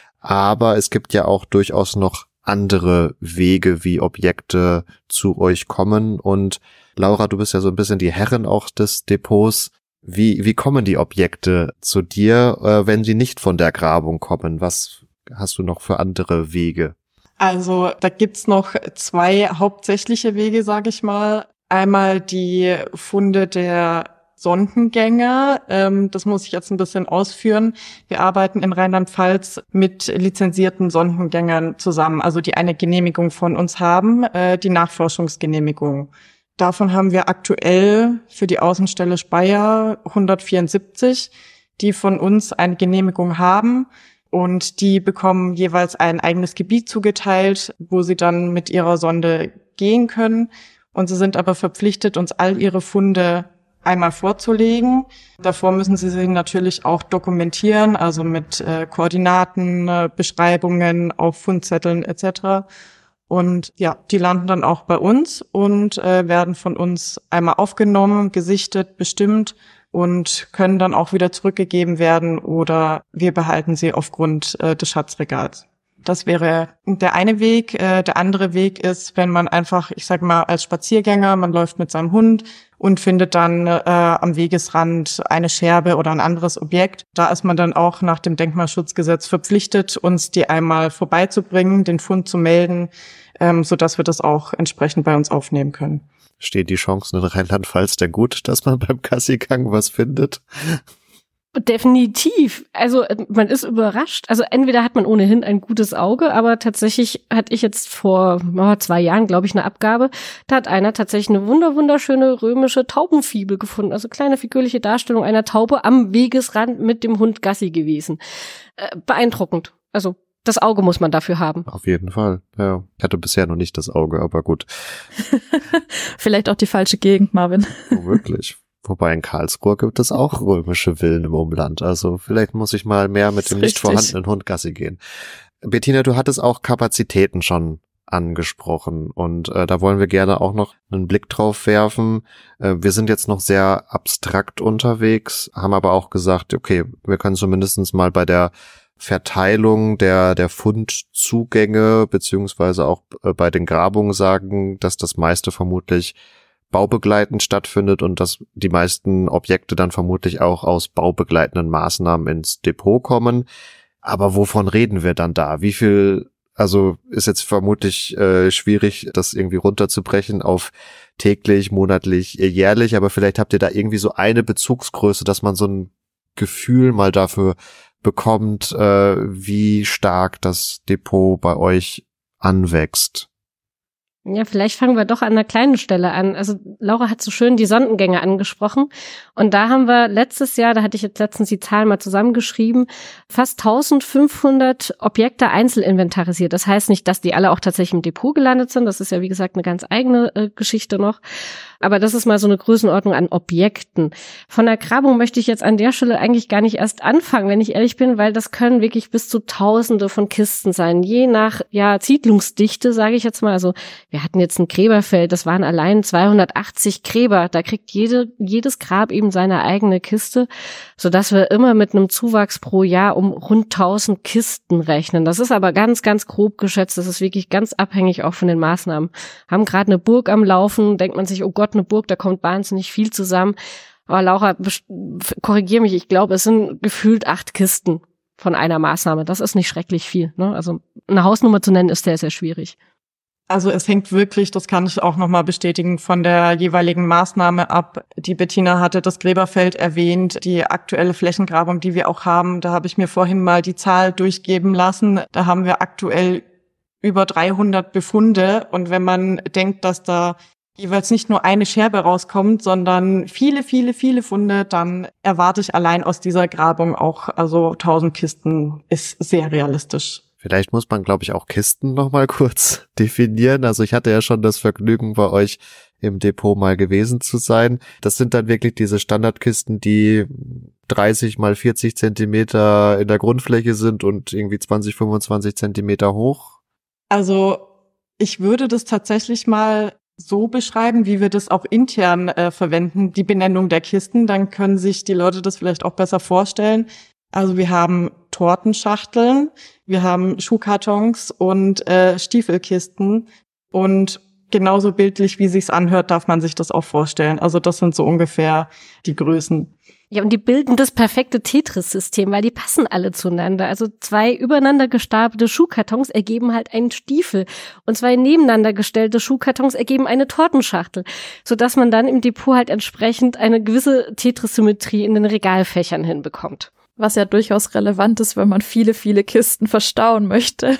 Aber es gibt ja auch durchaus noch andere Wege, wie Objekte zu euch kommen. Und Laura, du bist ja so ein bisschen die Herrin auch des Depots. Wie, wie kommen die Objekte zu dir, äh, wenn sie nicht von der Grabung kommen? Was hast du noch für andere Wege? Also da gibt's noch zwei hauptsächliche Wege, sage ich mal. Einmal die Funde der Sondengänger, ähm, das muss ich jetzt ein bisschen ausführen. Wir arbeiten in Rheinland-Pfalz mit lizenzierten Sondengängern zusammen, also die eine Genehmigung von uns haben, äh, die Nachforschungsgenehmigung. Davon haben wir aktuell für die Außenstelle Speyer hundertvierundsiebzig, die von uns eine Genehmigung haben und die bekommen jeweils ein eigenes Gebiet zugeteilt, wo sie dann mit ihrer Sonde gehen können. Und sie sind aber verpflichtet, uns all ihre Funde einmal vorzulegen. Davor müssen sie sie natürlich auch dokumentieren, also mit äh, Koordinaten, äh, Beschreibungen auf Fundzetteln et cetera. Und ja, die landen dann auch bei uns und äh, werden von uns einmal aufgenommen, gesichtet, bestimmt und können dann auch wieder zurückgegeben werden oder wir behalten sie aufgrund äh, des Schatzregals. Das wäre der eine Weg. Äh, der andere Weg ist, wenn man einfach, ich sag mal, als Spaziergänger, man läuft mit seinem Hund und findet dann äh, am Wegesrand eine Scherbe oder ein anderes Objekt. Da ist man dann auch nach dem Denkmalschutzgesetz verpflichtet, uns die einmal vorbeizubringen, den Fund zu melden, ähm, sodass wir das auch entsprechend bei uns aufnehmen können. Stehen die Chancen in Rheinland-Pfalz denn gut, dass man beim Gassigang was findet? Definitiv. Also man ist überrascht. Also entweder hat man ohnehin ein gutes Auge, aber tatsächlich hatte ich jetzt vor oh, zwei Jahren, glaube ich, eine Abgabe. Da hat einer tatsächlich eine wunder wunderschöne römische Taubenfibel gefunden. Also kleine figürliche Darstellung einer Taube am Wegesrand mit dem Hund Gassi gewesen. Äh, beeindruckend. Also das Auge muss man dafür haben. Auf jeden Fall, ja. Ich hatte bisher noch nicht das Auge, aber gut. Vielleicht auch die falsche Gegend, Marvin. Oh, wirklich. Wobei in Karlsruhe gibt es auch römische Villen im Umland. Also vielleicht muss ich mal mehr mit dem nicht vorhandenen Hund Gassi gehen. Bettina, du hattest auch Kapazitäten schon angesprochen und äh, da wollen wir gerne auch noch einen Blick drauf werfen. Äh, wir sind jetzt noch sehr abstrakt unterwegs, haben aber auch gesagt, okay, wir können zumindest mal bei der Verteilung der der Fundzugänge beziehungsweise auch äh, bei den Grabungen sagen, dass das meiste vermutlich baubegleitend stattfindet und dass die meisten Objekte dann vermutlich auch aus baubegleitenden Maßnahmen ins Depot kommen. Aber wovon reden wir dann da? Wie viel, also ist jetzt vermutlich äh, schwierig, das irgendwie runterzubrechen auf täglich, monatlich, jährlich, aber vielleicht habt ihr da irgendwie so eine Bezugsgröße, dass man so ein Gefühl mal dafür bekommt, äh, wie stark das Depot bei euch anwächst. Ja, vielleicht fangen wir doch an einer kleinen Stelle an. Also Laura hat so schön die Sondengänge angesprochen und da haben wir letztes Jahr, da hatte ich jetzt letztens die Zahlen mal zusammengeschrieben, fast eintausendfünfhundert Objekte einzeln inventarisiert. Das heißt nicht, dass die alle auch tatsächlich im Depot gelandet sind. Das ist ja wie gesagt eine ganz eigene äh, Geschichte noch. Aber das ist mal so eine Größenordnung an Objekten. Von der Grabung möchte ich jetzt an der Stelle eigentlich gar nicht erst anfangen, wenn ich ehrlich bin, weil das können wirklich bis zu Tausende von Kisten sein. Je nach ja Siedlungsdichte, sage ich jetzt mal. Also wir hatten jetzt ein Gräberfeld, das waren allein zweihundertachtzig Gräber. Da kriegt jede jedes Grab eben seine eigene Kiste, sodass wir immer mit einem Zuwachs pro Jahr um rund tausend Kisten rechnen. Das ist aber ganz, ganz grob geschätzt. Das ist wirklich ganz abhängig auch von den Maßnahmen. Haben gerade eine Burg am Laufen, denkt man sich, oh Gott, eine Burg, da kommt wahnsinnig viel zusammen. Aber Laura, korrigier mich, ich glaube, es sind gefühlt acht Kisten von einer Maßnahme. Das ist nicht schrecklich viel, ne? Also eine Hausnummer zu nennen ist sehr, sehr schwierig. Also es hängt wirklich, das kann ich auch nochmal bestätigen, von der jeweiligen Maßnahme ab. Die Bettina hatte das Gräberfeld erwähnt, die aktuelle Flächengrabung, die wir auch haben. Da habe ich mir vorhin mal die Zahl durchgeben lassen. Da haben wir aktuell über dreihundert Befunde. Und wenn man denkt, dass da jeweils nicht nur eine Scherbe rauskommt, sondern viele, viele, viele Funde, dann erwarte ich allein aus dieser Grabung auch, also tausend Kisten ist sehr realistisch. Vielleicht muss man, glaube ich, auch Kisten noch mal kurz definieren. Also ich hatte ja schon das Vergnügen, bei euch im Depot mal gewesen zu sein. Das sind dann wirklich diese Standardkisten, die dreißig mal vierzig Zentimeter in der Grundfläche sind und irgendwie zwanzig, fünfundzwanzig Zentimeter hoch. Also ich würde das tatsächlich mal so beschreiben, wie wir das auch intern äh, verwenden, die Benennung der Kisten. Dann können sich die Leute das vielleicht auch besser vorstellen. Also wir haben Tortenschachteln, wir haben Schuhkartons und äh, Stiefelkisten und genauso bildlich, wie sich's anhört, darf man sich das auch vorstellen. Also das sind so ungefähr die Größen. Ja, und die bilden das perfekte Tetris-System, weil die passen alle zueinander. Also zwei übereinander gestapelte Schuhkartons ergeben halt einen Stiefel und zwei nebeneinander gestellte Schuhkartons ergeben eine Tortenschachtel, sodass man dann im Depot halt entsprechend eine gewisse Tetris-Symmetrie in den Regalfächern hinbekommt. Was ja durchaus relevant ist, wenn man viele, viele Kisten verstauen möchte.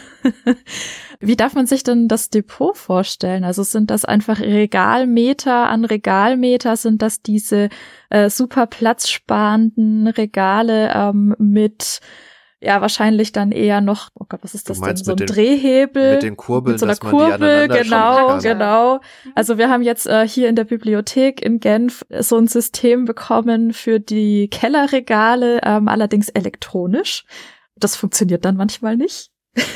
Wie darf man sich denn das Depot vorstellen? Also sind das einfach Regalmeter an Regalmeter? Sind das diese äh, super platzsparenden Regale ähm, mit, ja, wahrscheinlich dann eher noch, oh Gott, was ist das denn? So ein den, Drehhebel. Mit den Kurbeln, mit so einer dass man Kurbel, die genau, genau. Also wir haben jetzt äh, hier in der Bibliothek in Genf so ein System bekommen für die Kellerregale, ähm, allerdings elektronisch. Das funktioniert dann manchmal nicht.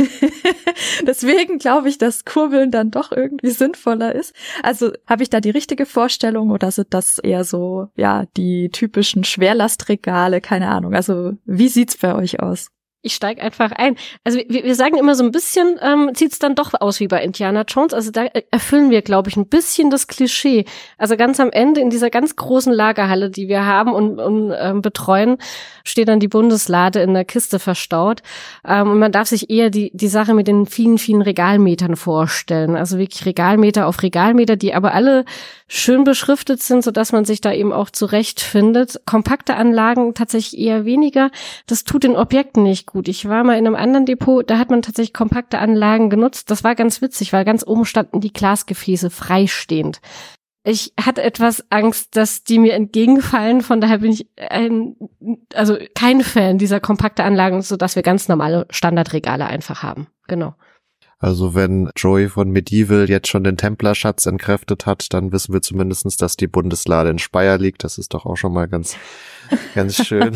Deswegen glaube ich, dass Kurbeln dann doch irgendwie sinnvoller ist. Also habe ich da die richtige Vorstellung oder sind das eher so, ja, die typischen Schwerlastregale? Keine Ahnung. Also wie sieht's bei euch aus? Ich steig einfach ein. Also wir, wir sagen immer so ein bisschen, ähm, sieht's dann doch aus wie bei Indiana Jones. Also da erfüllen wir, glaube ich, ein bisschen das Klischee. Also ganz am Ende in dieser ganz großen Lagerhalle, die wir haben und, und ähm, betreuen, steht dann die Bundeslade in der Kiste verstaut. Ähm, und man darf sich eher die die Sache mit den vielen, vielen Regalmetern vorstellen. Also wirklich Regalmeter auf Regalmeter, die aber alle schön beschriftet sind, sodass man sich da eben auch zurechtfindet. Kompakte Anlagen tatsächlich eher weniger. Das tut den Objekten nicht gut. Ich war mal in einem anderen Depot, da hat man tatsächlich kompakte Anlagen genutzt. Das war ganz witzig, weil ganz oben standen die Glasgefäße freistehend. Ich hatte etwas Angst, dass die mir entgegenfallen, von daher bin ich ein, also kein Fan dieser kompakten Anlagen, sodass wir ganz normale Standardregale einfach haben. Genau. Also wenn Joey von Medieval jetzt schon den Templerschatz entkräftet hat, dann wissen wir zumindestens, dass die Bundeslade in Speyer liegt. Das ist doch auch schon mal ganz, ganz schön.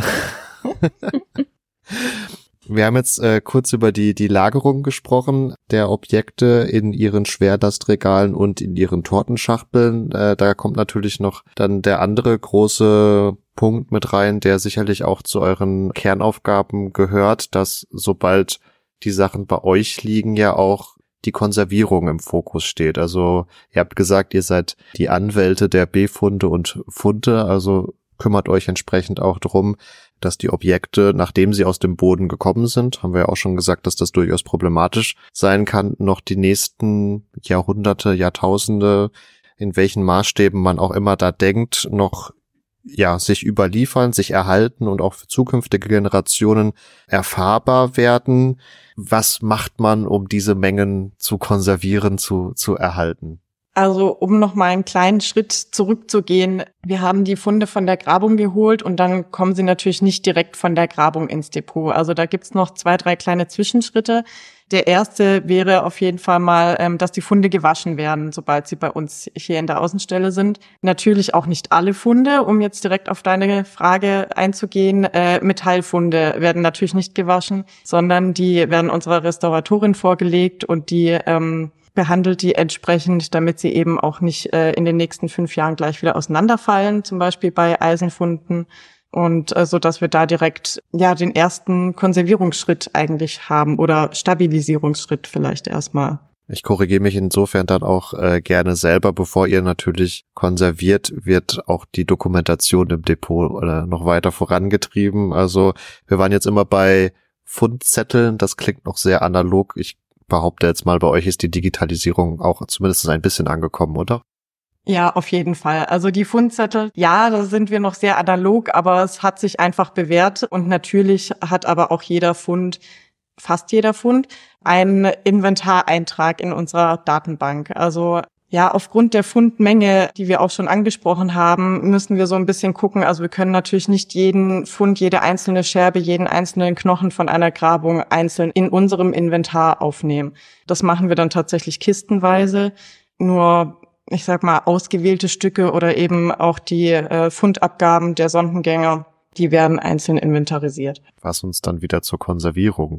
Wir haben jetzt äh, kurz über die die Lagerung gesprochen, der Objekte in ihren Schwerlastregalen und in ihren Tortenschachteln. Äh, da kommt natürlich noch dann der andere große Punkt mit rein, der sicherlich auch zu euren Kernaufgaben gehört, dass sobald die Sachen bei euch liegen, ja auch die Konservierung im Fokus steht. Also ihr habt gesagt, ihr seid die Anwälte der Befunde und Funde, also kümmert euch entsprechend auch drum, dass die Objekte, nachdem sie aus dem Boden gekommen sind, haben wir ja auch schon gesagt, dass das durchaus problematisch sein kann, noch die nächsten Jahrhunderte, Jahrtausende, in welchen Maßstäben man auch immer da denkt, noch ja sich überliefern, sich erhalten und auch für zukünftige Generationen erfahrbar werden. Was macht man, um diese Mengen zu konservieren, zu zu erhalten? Also um noch mal einen kleinen Schritt zurückzugehen, wir haben die Funde von der Grabung geholt und dann kommen sie natürlich nicht direkt von der Grabung ins Depot. Also da gibt's noch zwei, drei kleine Zwischenschritte. Der erste wäre auf jeden Fall mal, ähm, dass die Funde gewaschen werden, sobald sie bei uns hier in der Außenstelle sind. Natürlich auch nicht alle Funde, um jetzt direkt auf deine Frage einzugehen. Äh, Metallfunde werden natürlich nicht gewaschen, sondern die werden unserer Restauratorin vorgelegt und die ähm, behandelt die entsprechend, damit sie eben auch nicht äh, in den nächsten fünf Jahren gleich wieder auseinanderfallen, zum Beispiel bei Eisenfunden. Und äh, so, dass wir da direkt ja den ersten Konservierungsschritt eigentlich haben oder Stabilisierungsschritt vielleicht erstmal. Ich korrigiere mich insofern dann auch äh, gerne selber, bevor ihr natürlich konserviert, wird auch die Dokumentation im Depot äh, noch weiter vorangetrieben. Also wir waren jetzt immer bei Fundzetteln, das klingt noch sehr analog. Ich behaupte jetzt mal, bei euch ist die Digitalisierung auch zumindest ein bisschen angekommen, oder? Ja, auf jeden Fall. Also die Fundzettel, ja, da sind wir noch sehr analog, aber es hat sich einfach bewährt und natürlich hat aber auch jeder Fund, fast jeder Fund, einen Inventareintrag in unserer Datenbank. Also ja, aufgrund der Fundmenge, die wir auch schon angesprochen haben, müssen wir so ein bisschen gucken. Also wir können natürlich nicht jeden Fund, jede einzelne Scherbe, jeden einzelnen Knochen von einer Grabung einzeln in unserem Inventar aufnehmen. Das machen wir dann tatsächlich kistenweise. Nur, ich sag mal, ausgewählte Stücke oder eben auch die äh, Fundabgaben der Sondengänger, die werden einzeln inventarisiert. Was uns dann wieder zur Konservierung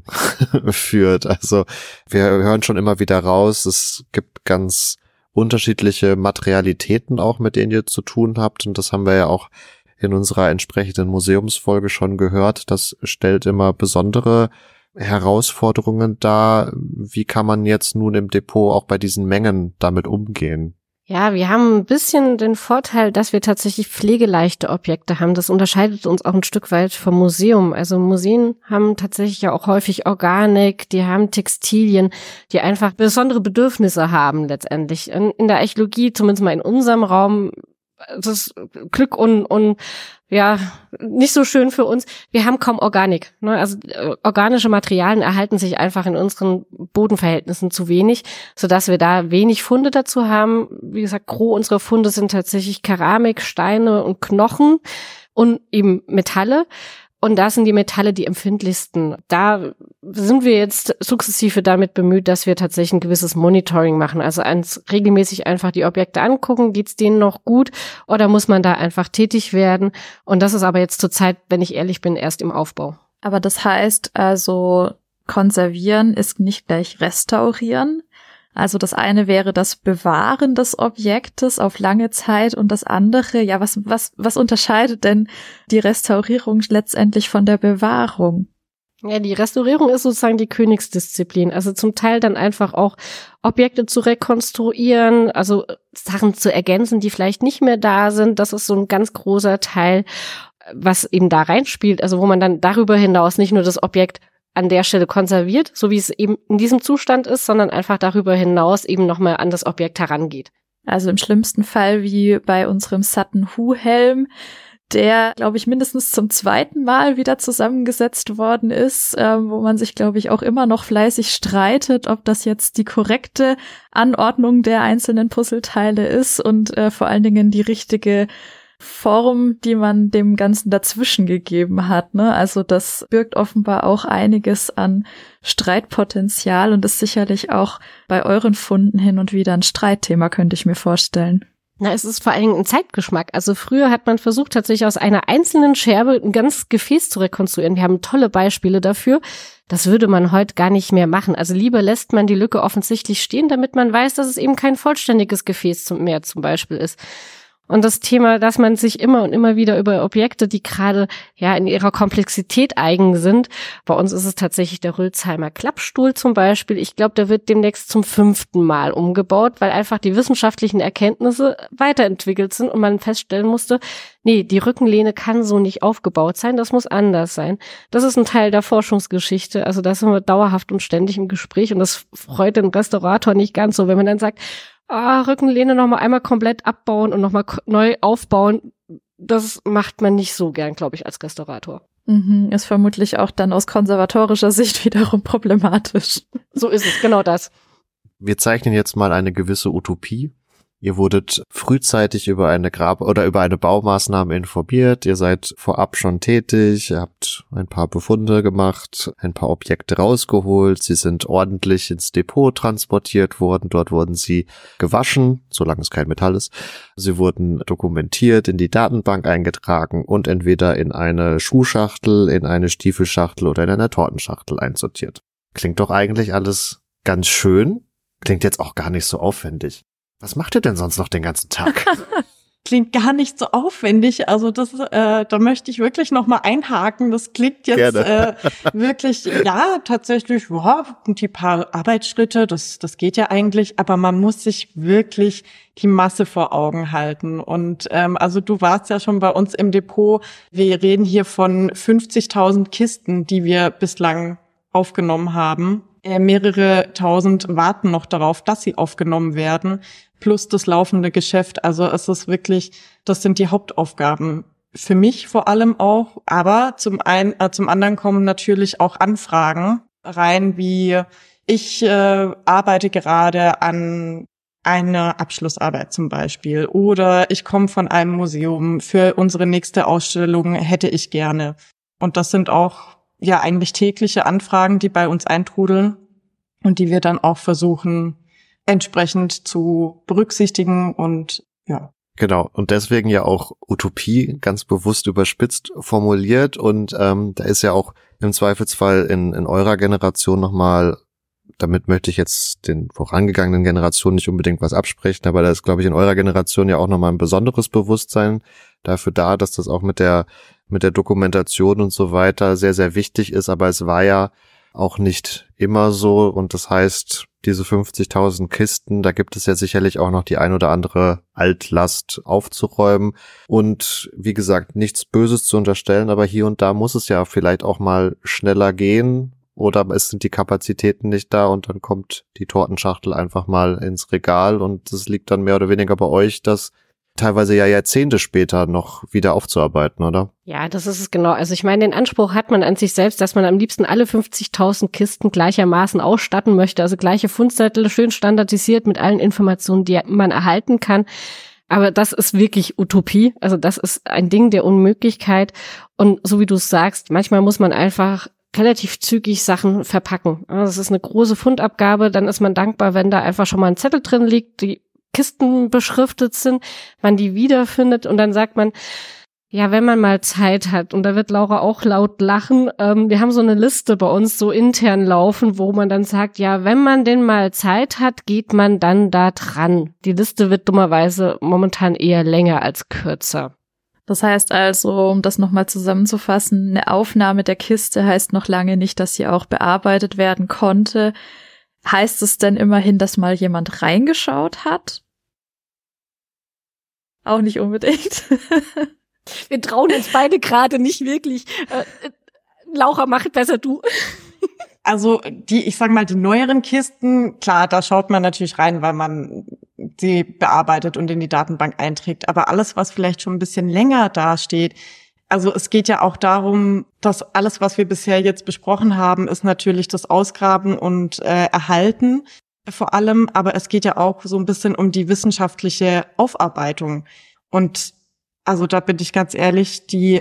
führt. Also wir hören schon immer wieder raus, es gibt ganz unterschiedliche Materialitäten auch, mit denen ihr zu tun habt. Und das haben wir ja auch in unserer entsprechenden Museumsfolge schon gehört. Das stellt immer besondere Herausforderungen dar. Wie kann man jetzt nun im Depot auch bei diesen Mengen damit umgehen? Ja, wir haben ein bisschen den Vorteil, dass wir tatsächlich pflegeleichte Objekte haben. Das unterscheidet uns auch ein Stück weit vom Museum. Also Museen haben tatsächlich ja auch häufig Organik, die haben Textilien, die einfach besondere Bedürfnisse haben letztendlich. In, in der Archäologie, zumindest mal in unserem Raum, das ist Glück und, und ja, nicht so schön für uns. Wir haben kaum Organik. Ne? Also äh, organische Materialien erhalten sich einfach in unseren Bodenverhältnissen zu wenig, sodass wir da wenig Funde dazu haben. Wie gesagt, gros unserer Funde sind tatsächlich Keramik, Steine und Knochen und eben Metalle. Und da sind die Metalle die empfindlichsten. Da sind wir jetzt sukzessive damit bemüht, dass wir tatsächlich ein gewisses Monitoring machen. Also eins, regelmäßig einfach die Objekte angucken, geht's denen noch gut oder muss man da einfach tätig werden? Und das ist aber jetzt zurzeit, wenn ich ehrlich bin, erst im Aufbau. Aber das heißt also, konservieren ist nicht gleich restaurieren. Also das eine wäre das Bewahren des Objektes auf lange Zeit und das andere, ja, was, was, was unterscheidet denn die Restaurierung letztendlich von der Bewahrung? Ja, die Restaurierung ist sozusagen die Königsdisziplin. Also zum Teil dann einfach auch Objekte zu rekonstruieren, also Sachen zu ergänzen, die vielleicht nicht mehr da sind. Das ist so ein ganz großer Teil, was eben da reinspielt. Also wo man dann darüber hinaus nicht nur das Objekt an der Stelle konserviert, so wie es eben in diesem Zustand ist, sondern einfach darüber hinaus eben nochmal an das Objekt herangeht. Also im schlimmsten Fall wie bei unserem Sutton-Hoo-Helm, der, glaube ich, mindestens zum zweiten Mal wieder zusammengesetzt worden ist, ähm, wo man sich, glaube ich, auch immer noch fleißig streitet, ob das jetzt die korrekte Anordnung der einzelnen Puzzleteile ist und äh, vor allen Dingen die richtige Form, die man dem Ganzen dazwischen gegeben hat, ne? Also das birgt offenbar auch einiges an Streitpotenzial und ist sicherlich auch bei euren Funden hin und wieder ein Streitthema, könnte ich mir vorstellen. Na, es ist vor allen Dingen ein Zeitgeschmack. Also früher hat man versucht, tatsächlich aus einer einzelnen Scherbe ein ganzes Gefäß zu rekonstruieren. Wir haben tolle Beispiele dafür. Das würde man heute gar nicht mehr machen. Also lieber lässt man die Lücke offensichtlich stehen, damit man weiß, dass es eben kein vollständiges Gefäß mehr zum Beispiel ist. Und das Thema, dass man sich immer und immer wieder über Objekte, die gerade ja in ihrer Komplexität eigen sind, bei uns ist es tatsächlich der Rülpsheimer Klappstuhl zum Beispiel. Ich glaube, der wird demnächst zum fünften Mal umgebaut, weil einfach die wissenschaftlichen Erkenntnisse weiterentwickelt sind und man feststellen musste, nee, die Rückenlehne kann so nicht aufgebaut sein, das muss anders sein. Das ist ein Teil der Forschungsgeschichte, also da sind wir dauerhaft und ständig im Gespräch und das freut den Restaurator nicht ganz so, wenn man dann sagt, ah, Rückenlehne nochmal einmal komplett abbauen und nochmal neu aufbauen, das macht man nicht so gern, glaube ich, als Restaurator. Mhm, ist vermutlich auch dann aus konservatorischer Sicht wiederum problematisch. So ist es, genau das. Wir zeichnen jetzt mal eine gewisse Utopie. Ihr wurdet frühzeitig über eine Grab- oder über eine Baumaßnahme informiert. Ihr seid vorab schon tätig. Ihr habt ein paar Befunde gemacht, ein paar Objekte rausgeholt. Sie sind ordentlich ins Depot transportiert worden. Dort wurden sie gewaschen, solange es kein Metall ist. Sie wurden dokumentiert, in die Datenbank eingetragen und entweder in eine Schuhschachtel, in eine Stiefelschachtel oder in eine Tortenschachtel einsortiert. Klingt doch eigentlich alles ganz schön. Klingt jetzt auch gar nicht so aufwendig. Was macht ihr denn sonst noch den ganzen Tag? Klingt gar nicht so aufwendig. Also das, äh, da möchte ich wirklich noch mal einhaken. Das klingt jetzt äh, wirklich, ja, tatsächlich, ja, die paar Arbeitsschritte, das, das geht ja eigentlich. Aber man muss sich wirklich die Masse vor Augen halten. Und ähm, also du warst ja schon bei uns im Depot. Wir reden hier von fünfzigtausend Kisten, die wir bislang aufgenommen haben. Äh, mehrere tausend warten noch darauf, dass sie aufgenommen werden. Plus das laufende Geschäft. Also es ist wirklich, das sind die Hauptaufgaben. Für mich vor allem auch. Aber zum einen, äh, zum anderen kommen natürlich auch Anfragen rein, wie ich äh, arbeite gerade an einer Abschlussarbeit zum Beispiel. Oder ich komme von einem Museum. Für unsere nächste Ausstellung hätte ich gerne. Und das sind auch ja eigentlich tägliche Anfragen, die bei uns eintrudeln und die wir dann auch versuchen, entsprechend zu berücksichtigen und ja. Genau, und deswegen ja auch Utopie ganz bewusst überspitzt formuliert und ähm, da ist ja auch im Zweifelsfall in, in eurer Generation nochmal, damit möchte ich jetzt den vorangegangenen Generationen nicht unbedingt was absprechen, aber da ist, glaube ich, in eurer Generation ja auch nochmal ein besonderes Bewusstsein dafür da, dass das auch mit der mit der Dokumentation und so weiter sehr, sehr wichtig ist, aber es war ja auch nicht immer so und das heißt, diese fünfzigtausend Kisten, da gibt es ja sicherlich auch noch die ein oder andere Altlast aufzuräumen und wie gesagt, nichts Böses zu unterstellen, aber hier und da muss es ja vielleicht auch mal schneller gehen oder es sind die Kapazitäten nicht da und dann kommt die Tortenschachtel einfach mal ins Regal und es liegt dann mehr oder weniger bei euch, das teilweise ja Jahrzehnte später noch wieder aufzuarbeiten, oder? Ja, das ist es genau. Also ich meine, den Anspruch hat man an sich selbst, dass man am liebsten alle fünfzigtausend Kisten gleichermaßen ausstatten möchte, also gleiche Fundzettel, schön standardisiert mit allen Informationen, die man erhalten kann. Aber das ist wirklich Utopie. Also das ist ein Ding der Unmöglichkeit. Und so wie du es sagst, manchmal muss man einfach relativ zügig Sachen verpacken. Das ist eine große Fundabgabe, dann ist man dankbar, wenn da einfach schon mal ein Zettel drin liegt, die Kisten beschriftet sind, man die wiederfindet und dann sagt man, ja, wenn man mal Zeit hat, und da wird Laura auch laut lachen, ähm, wir haben so eine Liste bei uns so intern laufen, wo man dann sagt, ja, wenn man denn mal Zeit hat, geht man dann da dran. Die Liste wird dummerweise momentan eher länger als kürzer. Das heißt also, um das nochmal zusammenzufassen, eine Aufnahme der Kiste heißt noch lange nicht, dass sie auch bearbeitet werden konnte. Heißt es denn immerhin, dass mal jemand reingeschaut hat? Auch nicht unbedingt. Wir trauen uns beide gerade nicht wirklich. Äh, Laura, mach besser du. Also die, ich sag mal, die neueren Kisten, klar, da schaut man natürlich rein, weil man sie bearbeitet und in die Datenbank einträgt. Aber alles, was vielleicht schon ein bisschen länger dasteht, also es geht ja auch darum, dass alles, was wir bisher jetzt besprochen haben, ist natürlich das Ausgraben und äh, Erhalten vor allem, aber es geht ja auch so ein bisschen um die wissenschaftliche Aufarbeitung. Und also da bin ich ganz ehrlich, die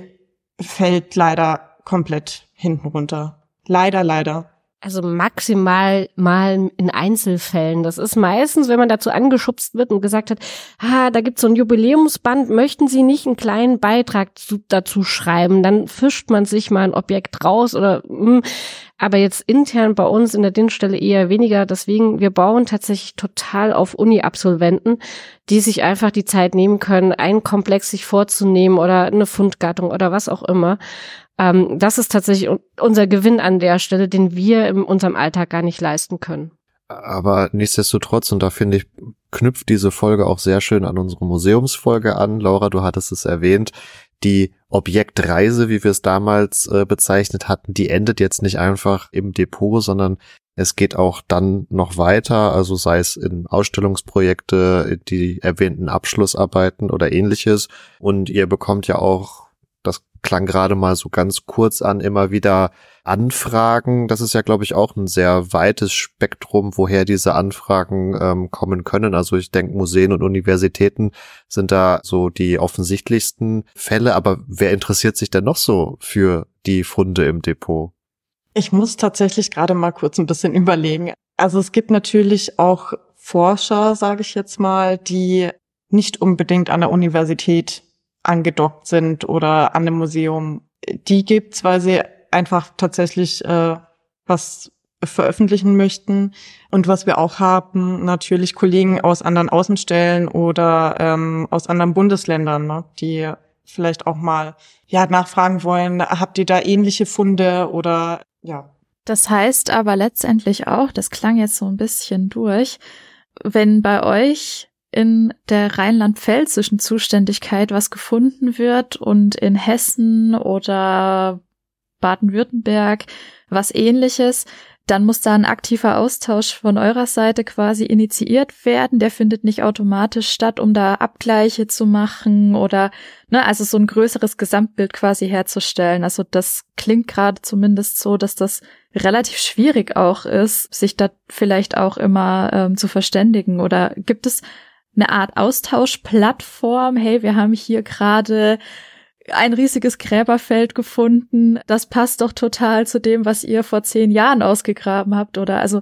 fällt leider komplett hinten runter. Leider, leider. Also maximal mal in Einzelfällen. Das ist meistens, wenn man dazu angeschubst wird und gesagt hat, ah, da gibt's so ein Jubiläumsband, möchten Sie nicht einen kleinen Beitrag zu, dazu schreiben? Dann fischt man sich mal ein Objekt raus oder, mh. aber jetzt intern bei uns in der D I N-Stelle eher weniger. Deswegen, wir bauen tatsächlich total auf Uni-Absolventen, die sich einfach die Zeit nehmen können, einen Komplex sich vorzunehmen oder eine Fundgattung oder was auch immer. Ähm, das ist tatsächlich unser Gewinn an der Stelle, den wir in unserem Alltag gar nicht leisten können. Aber nichtsdestotrotz, und da finde ich, knüpft diese Folge auch sehr schön an unsere Museumsfolge an. Laura, du hattest es erwähnt, die Objektreise, wie wir es damals äh, bezeichnet hatten, die endet jetzt nicht einfach im Depot, sondern es geht auch dann noch weiter, also sei es in Ausstellungsprojekte, die erwähnten Abschlussarbeiten oder ähnliches. Und ihr bekommt ja auch, das klang gerade mal so ganz kurz an, immer wieder Anfragen. Das ist ja, glaube ich, auch ein sehr weites Spektrum, woher diese Anfragen ähm, kommen können. Also ich denke, Museen und Universitäten sind da so die offensichtlichsten Fälle. Aber wer interessiert sich denn noch so für die Funde im Depot? Ich muss tatsächlich gerade mal kurz ein bisschen überlegen. Also es gibt natürlich auch Forscher, sage ich jetzt mal, die nicht unbedingt an der Universität angedockt sind oder an einem Museum. Die gibt's, weil sie einfach tatsächlich äh, was veröffentlichen möchten. Und was wir auch haben, natürlich Kollegen aus anderen Außenstellen oder ähm, aus anderen Bundesländern, ne, die vielleicht auch mal ja nachfragen wollen, habt ihr da ähnliche Funde oder ja. Das heißt aber letztendlich auch, das klang jetzt so ein bisschen durch, wenn bei euch in der rheinland-pfälzischen Zuständigkeit was gefunden wird und in Hessen oder Baden-Württemberg was Ähnliches, dann muss da ein aktiver Austausch von eurer Seite quasi initiiert werden. Der findet nicht automatisch statt, um da Abgleiche zu machen oder, ne, also so ein größeres Gesamtbild quasi herzustellen. Also das klingt gerade zumindest so, dass das relativ schwierig auch ist, sich da vielleicht auch immer ähm, zu verständigen. Oder gibt es eine Art Austauschplattform? Hey, wir haben hier gerade ein riesiges Gräberfeld gefunden. Das passt doch total zu dem, was ihr vor zehn Jahren ausgegraben habt. Oder also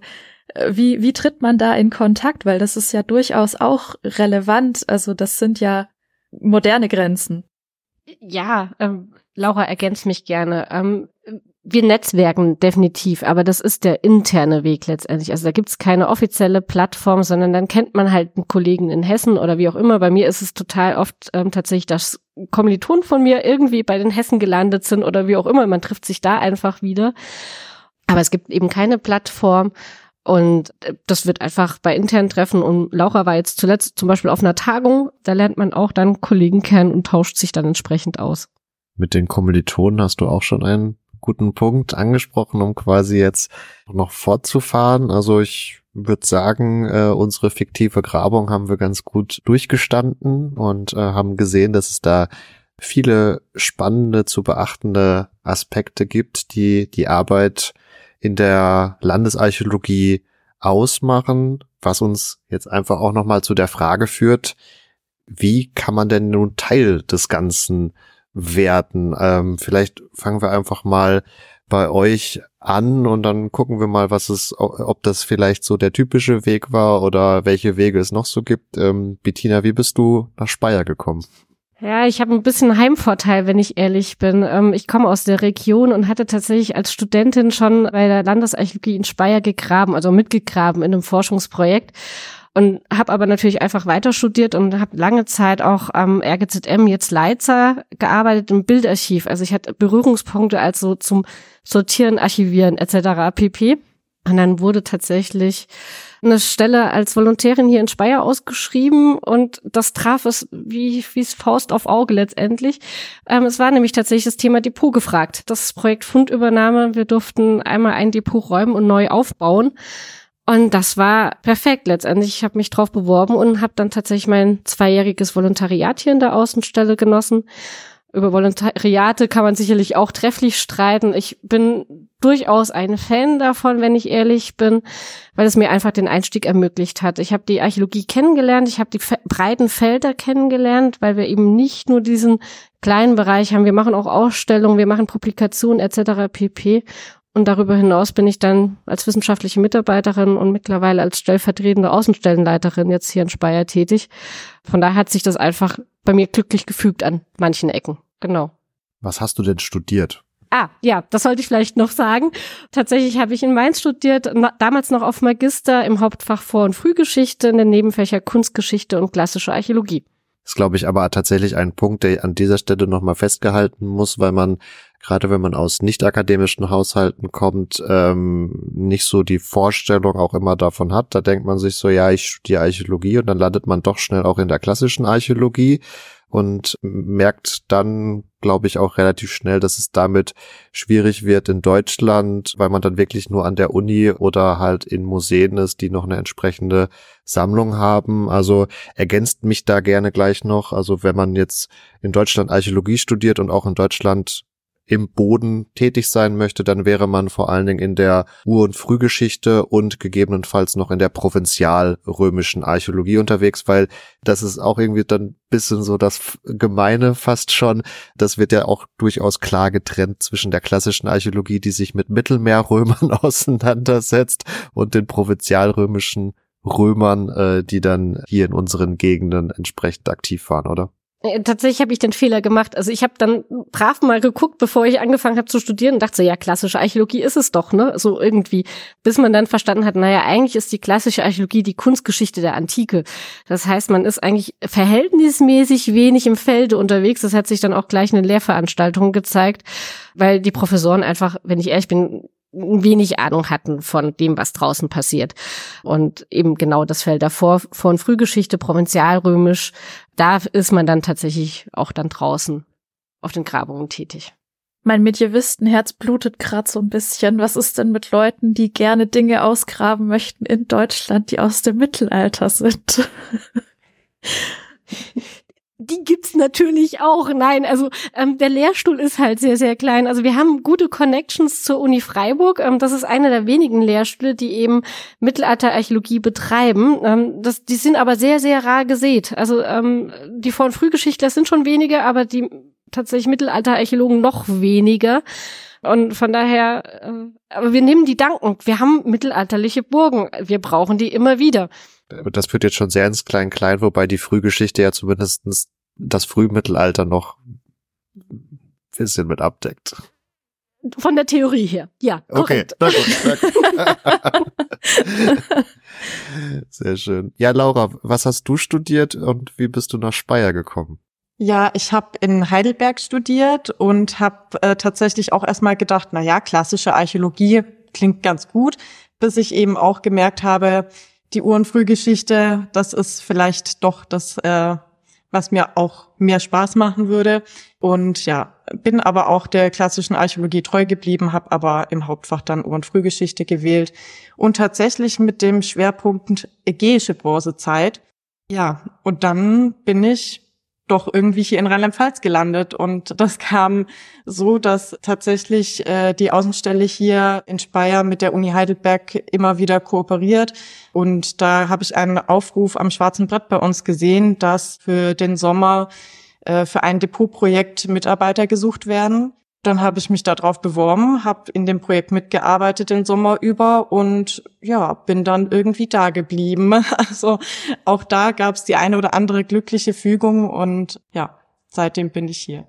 wie wie tritt man da in Kontakt? Weil das ist ja durchaus auch relevant. Also das sind ja moderne Grenzen. Ja, ähm, Laura ergänzt mich gerne. Ähm, wir netzwerken definitiv, aber das ist der interne Weg letztendlich. Also da gibt's keine offizielle Plattform, sondern dann kennt man halt einen Kollegen in Hessen oder wie auch immer. Bei mir ist es total oft ähm, tatsächlich, dass Kommilitonen von mir irgendwie bei den Hessen gelandet sind oder wie auch immer. Man trifft sich da einfach wieder. Aber es gibt eben keine Plattform und das wird einfach bei internen Treffen. Und Laura war jetzt zuletzt zum Beispiel auf einer Tagung. Da lernt man auch dann Kollegen kennen und tauscht sich dann entsprechend aus. Mit den Kommilitonen hast du auch schon einen guten Punkt angesprochen, um quasi jetzt noch fortzufahren. Also ich würde sagen, äh, unsere fiktive Grabung haben wir ganz gut durchgestanden und äh, haben gesehen, dass es da viele spannende, zu beachtende Aspekte gibt, die die Arbeit in der Landesarchäologie ausmachen, was uns jetzt einfach auch nochmal zu der Frage führt, wie kann man denn nun Teil des Ganzen werden? Ähm, vielleicht fangen wir einfach mal bei euch an und dann gucken wir mal, was es, ob das vielleicht so der typische Weg war oder welche Wege es noch so gibt. Ähm, Bettina, wie bist du nach Speyer gekommen? Ja, ich habe ein bisschen Heimvorteil, wenn ich ehrlich bin. Ähm, ich komme aus der Region und hatte tatsächlich als Studentin schon bei der Landesarchäologie in Speyer gegraben, also mitgegraben in einem Forschungsprojekt. Und habe aber natürlich einfach weiter studiert und habe lange Zeit auch am R G Z M, jetzt Leitzer, gearbeitet im Bildarchiv. Also ich hatte Berührungspunkte also zum Sortieren, Archivieren et cetera pp. Und dann wurde tatsächlich eine Stelle als Volontärin hier in Speyer ausgeschrieben und das traf es wie wie es Faust auf Auge letztendlich. Ähm, es war nämlich tatsächlich das Thema Depot gefragt. Das Projekt Fundübernahme. Wir durften einmal ein Depot räumen und neu aufbauen. Und das war perfekt letztendlich. Ich habe mich drauf beworben und habe dann tatsächlich mein zweijähriges Volontariat hier in der Außenstelle genossen. Über Volontariate kann man sicherlich auch trefflich streiten. Ich bin durchaus ein Fan davon, wenn ich ehrlich bin, weil es mir einfach den Einstieg ermöglicht hat. Ich habe die Archäologie kennengelernt, ich habe die fe- breiten Felder kennengelernt, weil wir eben nicht nur diesen kleinen Bereich haben. Wir machen auch Ausstellungen, wir machen Publikationen et cetera pp. Und darüber hinaus bin ich dann als wissenschaftliche Mitarbeiterin und mittlerweile als stellvertretende Außenstellenleiterin jetzt hier in Speyer tätig. Von daher hat sich das einfach bei mir glücklich gefügt an manchen Ecken. Genau. Was hast du denn studiert? Ah, ja, das sollte ich vielleicht noch sagen. Tatsächlich habe ich in Mainz studiert, na, damals noch auf Magister im Hauptfach Vor- und Frühgeschichte, in den Nebenfächer Kunstgeschichte und klassische Archäologie. Das ist, glaube ich, aber tatsächlich ein Punkt, der an dieser Stelle nochmal festgehalten muss, weil man, gerade wenn man aus nicht-akademischen Haushalten kommt, ähm, nicht so die Vorstellung auch immer davon hat. Da denkt man sich so, ja, ich studiere Archäologie und dann landet man doch schnell auch in der klassischen Archäologie und merkt dann, glaube ich, auch relativ schnell, dass es damit schwierig wird in Deutschland, weil man dann wirklich nur an der Uni oder halt in Museen ist, die noch eine entsprechende Sammlung haben. Also ergänzt mich da gerne gleich noch. Also wenn man jetzt in Deutschland Archäologie studiert und auch in Deutschland im Boden tätig sein möchte, dann wäre man vor allen Dingen in der Ur- und Frühgeschichte und gegebenenfalls noch in der provinzialrömischen Archäologie unterwegs, weil das ist auch irgendwie dann ein bisschen so das Gemeine fast schon. Das wird ja auch durchaus klar getrennt zwischen der klassischen Archäologie, die sich mit Mittelmeerrömern auseinandersetzt, und den provinzialrömischen Römern, äh, die dann hier in unseren Gegenden entsprechend aktiv waren, oder? Tatsächlich habe ich den Fehler gemacht. Also ich habe dann brav mal geguckt, bevor ich angefangen habe zu studieren, und dachte so, ja, klassische Archäologie ist es doch, ne? So irgendwie, bis man dann verstanden hat, naja, eigentlich ist die klassische Archäologie die Kunstgeschichte der Antike. Das heißt, man ist eigentlich verhältnismäßig wenig im Felde unterwegs. Das hat sich dann auch gleich in den Lehrveranstaltungen gezeigt, weil die Professoren einfach, wenn ich ehrlich bin, wenig Ahnung hatten von dem, was draußen passiert. Und eben genau das Feld davor, Vor- und Frühgeschichte, provinzialrömisch, da ist man dann tatsächlich auch dann draußen auf den Grabungen tätig. Mein Medievistenherz blutet gerade so ein bisschen. Was ist denn mit Leuten, die gerne Dinge ausgraben möchten in Deutschland, die aus dem Mittelalter sind? Die gibt's natürlich auch. Nein, also ähm, der Lehrstuhl ist halt sehr, sehr klein. Also wir haben gute Connections zur Uni Freiburg. Ähm, das ist einer der wenigen Lehrstühle, die eben Mittelalterarchäologie betreiben. Ähm, das, die sind aber sehr, sehr rar gesät. Also ähm, die Vor- und Frühgeschichtler sind schon weniger, aber die tatsächlich Mittelalterarchäologen noch weniger. Und von daher, äh, aber wir nehmen die dankend. Wir haben mittelalterliche Burgen. Wir brauchen die immer wieder. Das führt jetzt schon sehr ins Klein-Klein, wobei die Frühgeschichte ja zumindest das Frühmittelalter noch ein bisschen mit abdeckt. Von der Theorie her, ja. Okay, korrekt. na gut. Na gut. Sehr schön. Ja, Laura, was hast du studiert und wie bist du nach Speyer gekommen? Ja, ich habe in Heidelberg studiert und habe äh, tatsächlich auch erstmal gedacht, na ja, klassische Archäologie klingt ganz gut, bis ich eben auch gemerkt habe, die Ur- und Frühgeschichte, das ist vielleicht doch das, äh, was mir auch mehr Spaß machen würde. Und ja, bin aber auch der klassischen Archäologie treu geblieben, habe aber im Hauptfach dann Ur- und Frühgeschichte gewählt. Und tatsächlich mit dem Schwerpunkt ägäische Bronzezeit. Ja, und dann bin ich doch irgendwie hier in Rheinland-Pfalz gelandet. Und das kam so, dass tatsächlich äh, die Außenstelle hier in Speyer mit der Uni Heidelberg immer wieder kooperiert. Und da habe ich einen Aufruf am Schwarzen Brett bei uns gesehen, dass für den Sommer äh, für ein Depotprojekt Mitarbeiter gesucht werden. Dann habe ich mich darauf beworben, habe in dem Projekt mitgearbeitet den Sommer über und ja, bin dann irgendwie da geblieben. Also auch da gab es die eine oder andere glückliche Fügung und ja, seitdem bin ich hier.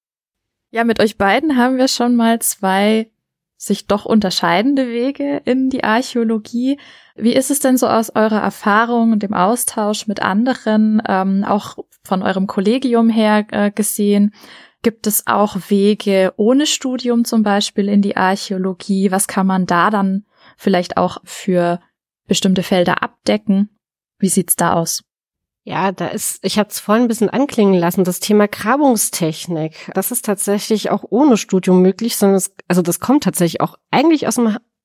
Ja, mit euch beiden haben wir schon mal zwei sich doch unterscheidende Wege in die Archäologie. Wie ist es denn so aus eurer Erfahrung und dem Austausch mit anderen, ähm, auch von eurem Kollegium her äh, gesehen? Gibt es auch Wege ohne Studium zum Beispiel in die Archäologie? Was kann man da dann vielleicht auch für bestimmte Felder abdecken? Wie sieht's da aus? Ja, da ist, ich habe es vorhin ein bisschen anklingen lassen, das Thema Grabungstechnik. Das ist tatsächlich auch ohne Studium möglich, sondern es, also das kommt tatsächlich auch eigentlich aus dem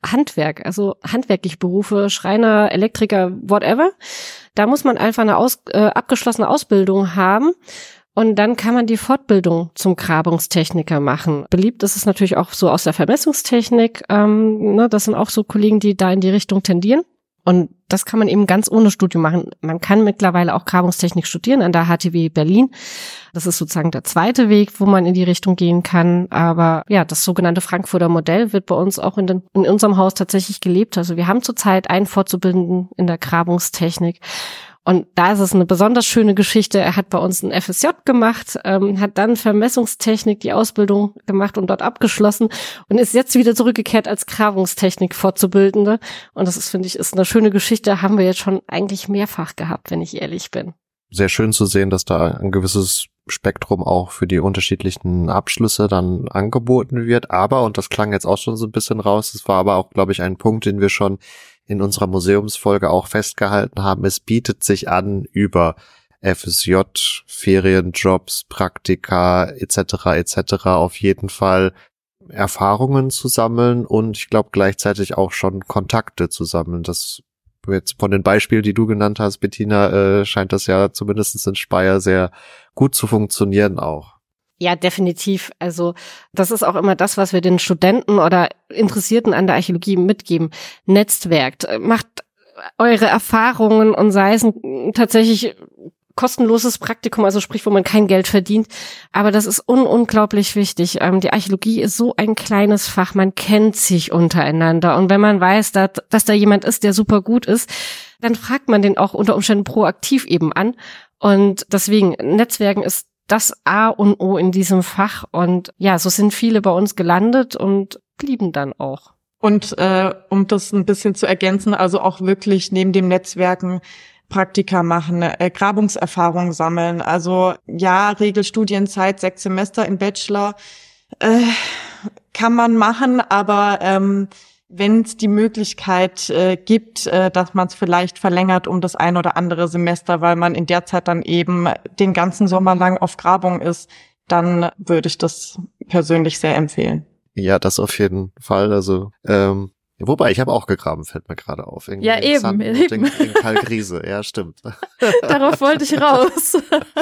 Handwerk, also handwerkliche Berufe, Schreiner, Elektriker, whatever. Da muss man einfach eine aus, äh, abgeschlossene Ausbildung haben. Und dann kann man die Fortbildung zum Grabungstechniker machen. Beliebt ist es natürlich auch so aus der Vermessungstechnik. Ähm, ne, das sind auch so Kollegen, die da in die Richtung tendieren. Und das kann man eben ganz ohne Studium machen. Man kann mittlerweile auch Grabungstechnik studieren an der H T W Berlin. Das ist sozusagen der zweite Weg, wo man in die Richtung gehen kann. Aber ja, das sogenannte Frankfurter Modell wird bei uns auch in, den, in unserem Haus tatsächlich gelebt. Also wir haben zurzeit einen Vorzubildenden in der Grabungstechnik. Und da ist es eine besonders schöne Geschichte. Er hat bei uns ein F S J gemacht, ähm, hat dann Vermessungstechnik, die Ausbildung gemacht und dort abgeschlossen und ist jetzt wieder zurückgekehrt als Grabungstechnik-Vorzubildende. Und das ist, finde ich, ist eine schöne Geschichte. Haben wir jetzt schon eigentlich mehrfach gehabt, wenn ich ehrlich bin. Sehr schön zu sehen, dass da ein gewisses Spektrum auch für die unterschiedlichen Abschlüsse dann angeboten wird. Aber, und das klang jetzt auch schon so ein bisschen raus, das war aber auch, glaube ich, ein Punkt, den wir schon in unserer Museumsfolge auch festgehalten haben, es bietet sich an, über F S J, Ferienjobs, Praktika et cetera et cetera auf jeden Fall Erfahrungen zu sammeln und ich glaube gleichzeitig auch schon Kontakte zu sammeln. Das jetzt von den Beispielen, die du genannt hast, Bettina, äh, scheint das ja zumindest in Speyer sehr gut zu funktionieren auch. Ja, definitiv. Also das ist auch immer das, was wir den Studenten oder Interessierten an der Archäologie mitgeben. Netzwerkt, macht eure Erfahrungen und sei es ein tatsächlich kostenloses Praktikum, also sprich, wo man kein Geld verdient. Aber das ist un- unglaublich wichtig. Ähm, die Archäologie ist so ein kleines Fach, man kennt sich untereinander. Und wenn man weiß, dass, dass da jemand ist, der super gut ist, dann fragt man den auch unter Umständen proaktiv eben an. Und deswegen, Netzwerken ist das A und O in diesem Fach. Und ja, so sind viele bei uns gelandet und blieben dann auch. Und äh, um das ein bisschen zu ergänzen, also auch wirklich neben dem Netzwerken Praktika machen, äh, Grabungserfahrung sammeln. Also ja, Regelstudienzeit, sechs Semester im Bachelor äh, kann man machen, aber ähm, wenn es die Möglichkeit äh, gibt, äh, dass man es vielleicht verlängert um das ein oder andere Semester, weil man in der Zeit dann eben den ganzen Sommer lang auf Grabung ist, dann würde ich das persönlich sehr empfehlen. Ja, das auf jeden Fall. Also ähm, wobei, ich habe auch gegraben, fällt mir gerade auf. Irgendwie ja, eben. eben. In, in Kalkriese, ja, stimmt. Darauf wollte ich raus.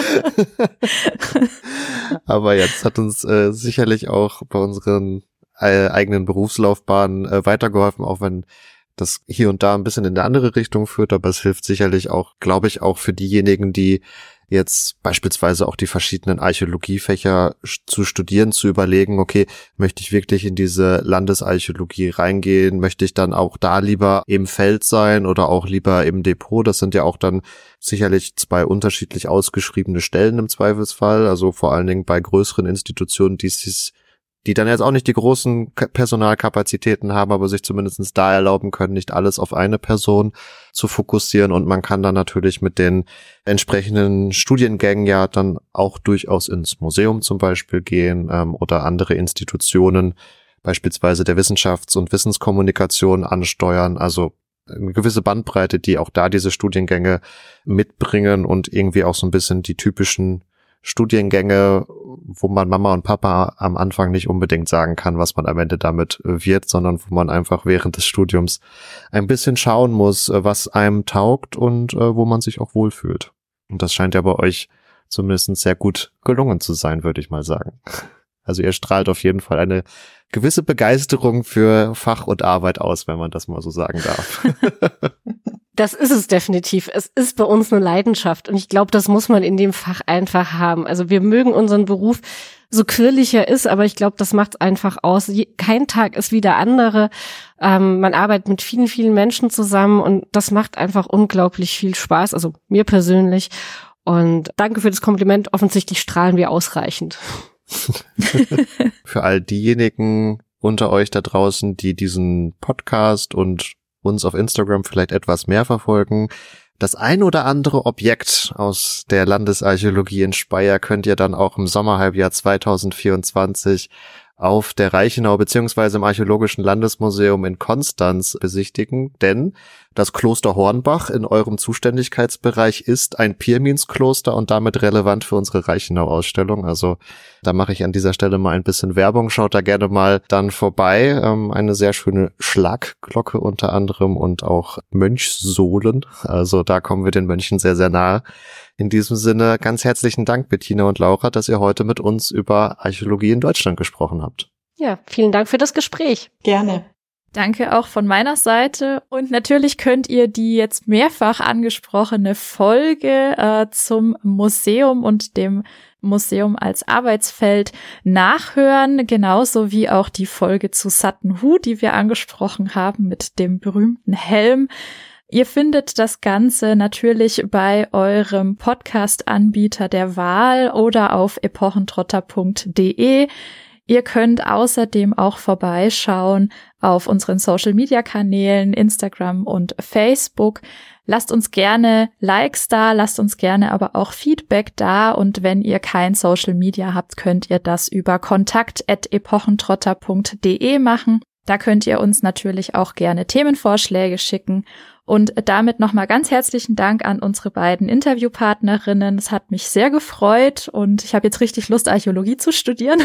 Aber jetzt hat uns äh, sicherlich auch bei unseren äh, eigenen Berufslaufbahnen äh, weitergeholfen, auch wenn das hier und da ein bisschen in eine andere Richtung führt, aber es hilft sicherlich auch, glaube ich, auch für diejenigen, die jetzt beispielsweise auch die verschiedenen Archäologiefächer zu studieren, zu überlegen, okay, möchte ich wirklich in diese Landesarchäologie reingehen, möchte ich dann auch da lieber im Feld sein oder auch lieber im Depot, das sind ja auch dann sicherlich zwei unterschiedlich ausgeschriebene Stellen im Zweifelsfall, also vor allen Dingen bei größeren Institutionen, die es die dann jetzt auch nicht die großen Personalkapazitäten haben, aber sich zumindest da erlauben können, nicht alles auf eine Person zu fokussieren. Und man kann dann natürlich mit den entsprechenden Studiengängen ja dann auch durchaus ins Museum zum Beispiel gehen ähm, oder andere Institutionen, beispielsweise der Wissenschafts- und Wissenskommunikation ansteuern. Also eine gewisse Bandbreite, die auch da diese Studiengänge mitbringen und irgendwie auch so ein bisschen die typischen Studiengänge, wo man Mama und Papa am Anfang nicht unbedingt sagen kann, was man am Ende damit wird, sondern wo man einfach während des Studiums ein bisschen schauen muss, was einem taugt und äh, wo man sich auch wohlfühlt. Und das scheint ja bei euch zumindest sehr gut gelungen zu sein, würde ich mal sagen. Also ihr strahlt auf jeden Fall eine gewisse Begeisterung für Fach und Arbeit aus, wenn man das mal so sagen darf. Das ist es definitiv. Es ist bei uns eine Leidenschaft und ich glaube, das muss man in dem Fach einfach haben. Also wir mögen unseren Beruf, so quirlig er ist, aber ich glaube, das macht es einfach aus. Kein Tag ist wie der andere. Ähm, man arbeitet mit vielen, vielen Menschen zusammen und das macht einfach unglaublich viel Spaß, also mir persönlich. Und danke für das Kompliment. Offensichtlich strahlen wir ausreichend. Für all diejenigen unter euch da draußen, die diesen Podcast und uns auf Instagram vielleicht etwas mehr verfolgen, das ein oder andere Objekt aus der Landesarchäologie in Speyer könnt ihr dann auch im Sommerhalbjahr zweitausendvierundzwanzig auf der Reichenau beziehungsweise im Archäologischen Landesmuseum in Konstanz besichtigen, denn Das Kloster Hornbach in eurem Zuständigkeitsbereich ist ein Pirminskloster und damit relevant für unsere Reichenau-Ausstellung. Also da mache ich an dieser Stelle mal ein bisschen Werbung. Schaut da gerne mal dann vorbei. Ähm, eine sehr schöne Schlagglocke unter anderem und auch Mönchssohlen. Also da kommen wir den Mönchen sehr, sehr nahe. In diesem Sinne ganz herzlichen Dank, Bettina und Laura, dass ihr heute mit uns über Archäologie in Deutschland gesprochen habt. Ja, vielen Dank für das Gespräch. Gerne. Danke auch von meiner Seite. Und natürlich könnt ihr die jetzt mehrfach angesprochene Folge äh, zum Museum und dem Museum als Arbeitsfeld nachhören, genauso wie auch die Folge zu Sutton Hoo, die wir angesprochen haben mit dem berühmten Helm. Ihr findet das Ganze natürlich bei eurem Podcast-Anbieter der Wahl oder auf epochentrotter punkt de. Ihr könnt außerdem auch vorbeischauen auf unseren Social-Media-Kanälen, Instagram und Facebook. Lasst uns gerne Likes da, lasst uns gerne aber auch Feedback da. Und wenn ihr kein Social-Media habt, könnt ihr das über kontakt at epochentrotter punkt de machen. Da könnt ihr uns natürlich auch gerne Themenvorschläge schicken. Und damit nochmal ganz herzlichen Dank an unsere beiden Interviewpartnerinnen. Es hat mich sehr gefreut und ich habe jetzt richtig Lust, Archäologie zu studieren.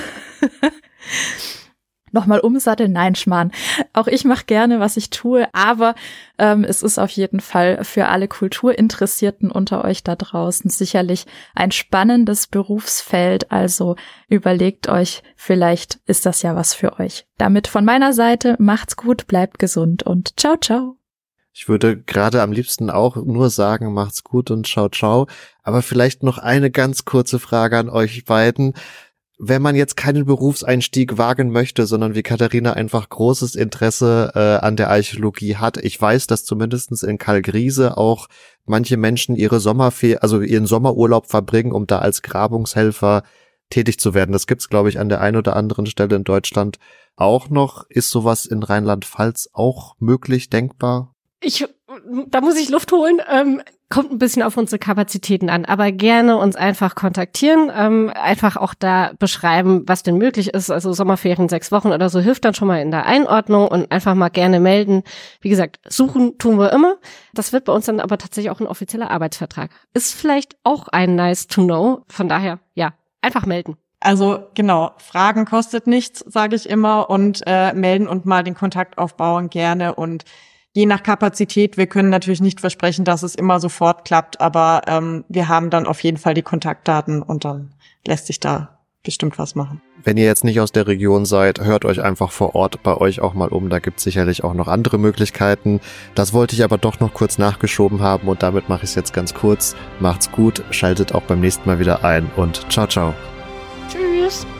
Nochmal umsatteln, nein, Schmarrn. Auch ich mache gerne, was ich tue, aber ähm, es ist auf jeden Fall für alle Kulturinteressierten unter euch da draußen sicherlich ein spannendes Berufsfeld. Also überlegt euch, vielleicht ist das ja was für euch. Damit von meiner Seite, macht's gut, bleibt gesund und ciao, ciao. Ich würde gerade am liebsten auch nur sagen, macht's gut und ciao, ciao. Aber vielleicht noch eine ganz kurze Frage an euch beiden. Wenn man jetzt keinen Berufseinstieg wagen möchte, sondern wie Katharina einfach großes Interesse äh, an der Archäologie hat, ich weiß, dass zumindest in Kalgriese auch manche Menschen ihre Sommerferien, also ihren Sommerurlaub verbringen, um da als Grabungshelfer tätig zu werden. Das gibt's, glaube ich, an der einen oder anderen Stelle in Deutschland auch noch. Ist sowas in Rheinland-Pfalz auch möglich, denkbar? Ich, da muss ich Luft holen. Ähm, kommt ein bisschen auf unsere Kapazitäten an, aber gerne uns einfach kontaktieren, ähm, einfach auch da beschreiben, was denn möglich ist. Also Sommerferien sechs Wochen oder so hilft dann schon mal in der Einordnung und einfach mal gerne melden. Wie gesagt, suchen tun wir immer. Das wird bei uns dann aber tatsächlich auch ein offizieller Arbeitsvertrag. Ist vielleicht auch ein nice to know. Von daher, ja, einfach melden. Also genau, Fragen kostet nichts, sage ich immer, und äh, melden und mal den Kontakt aufbauen gerne und je nach Kapazität, wir können natürlich nicht versprechen, dass es immer sofort klappt, aber ähm, wir haben dann auf jeden Fall die Kontaktdaten und dann lässt sich da bestimmt was machen. Wenn ihr jetzt nicht aus der Region seid, hört euch einfach vor Ort bei euch auch mal um, da gibt es sicherlich auch noch andere Möglichkeiten. Das wollte ich aber doch noch kurz nachgeschoben haben und damit mache ich es jetzt ganz kurz. Macht's gut, schaltet auch beim nächsten Mal wieder ein und ciao, ciao. Tschüss.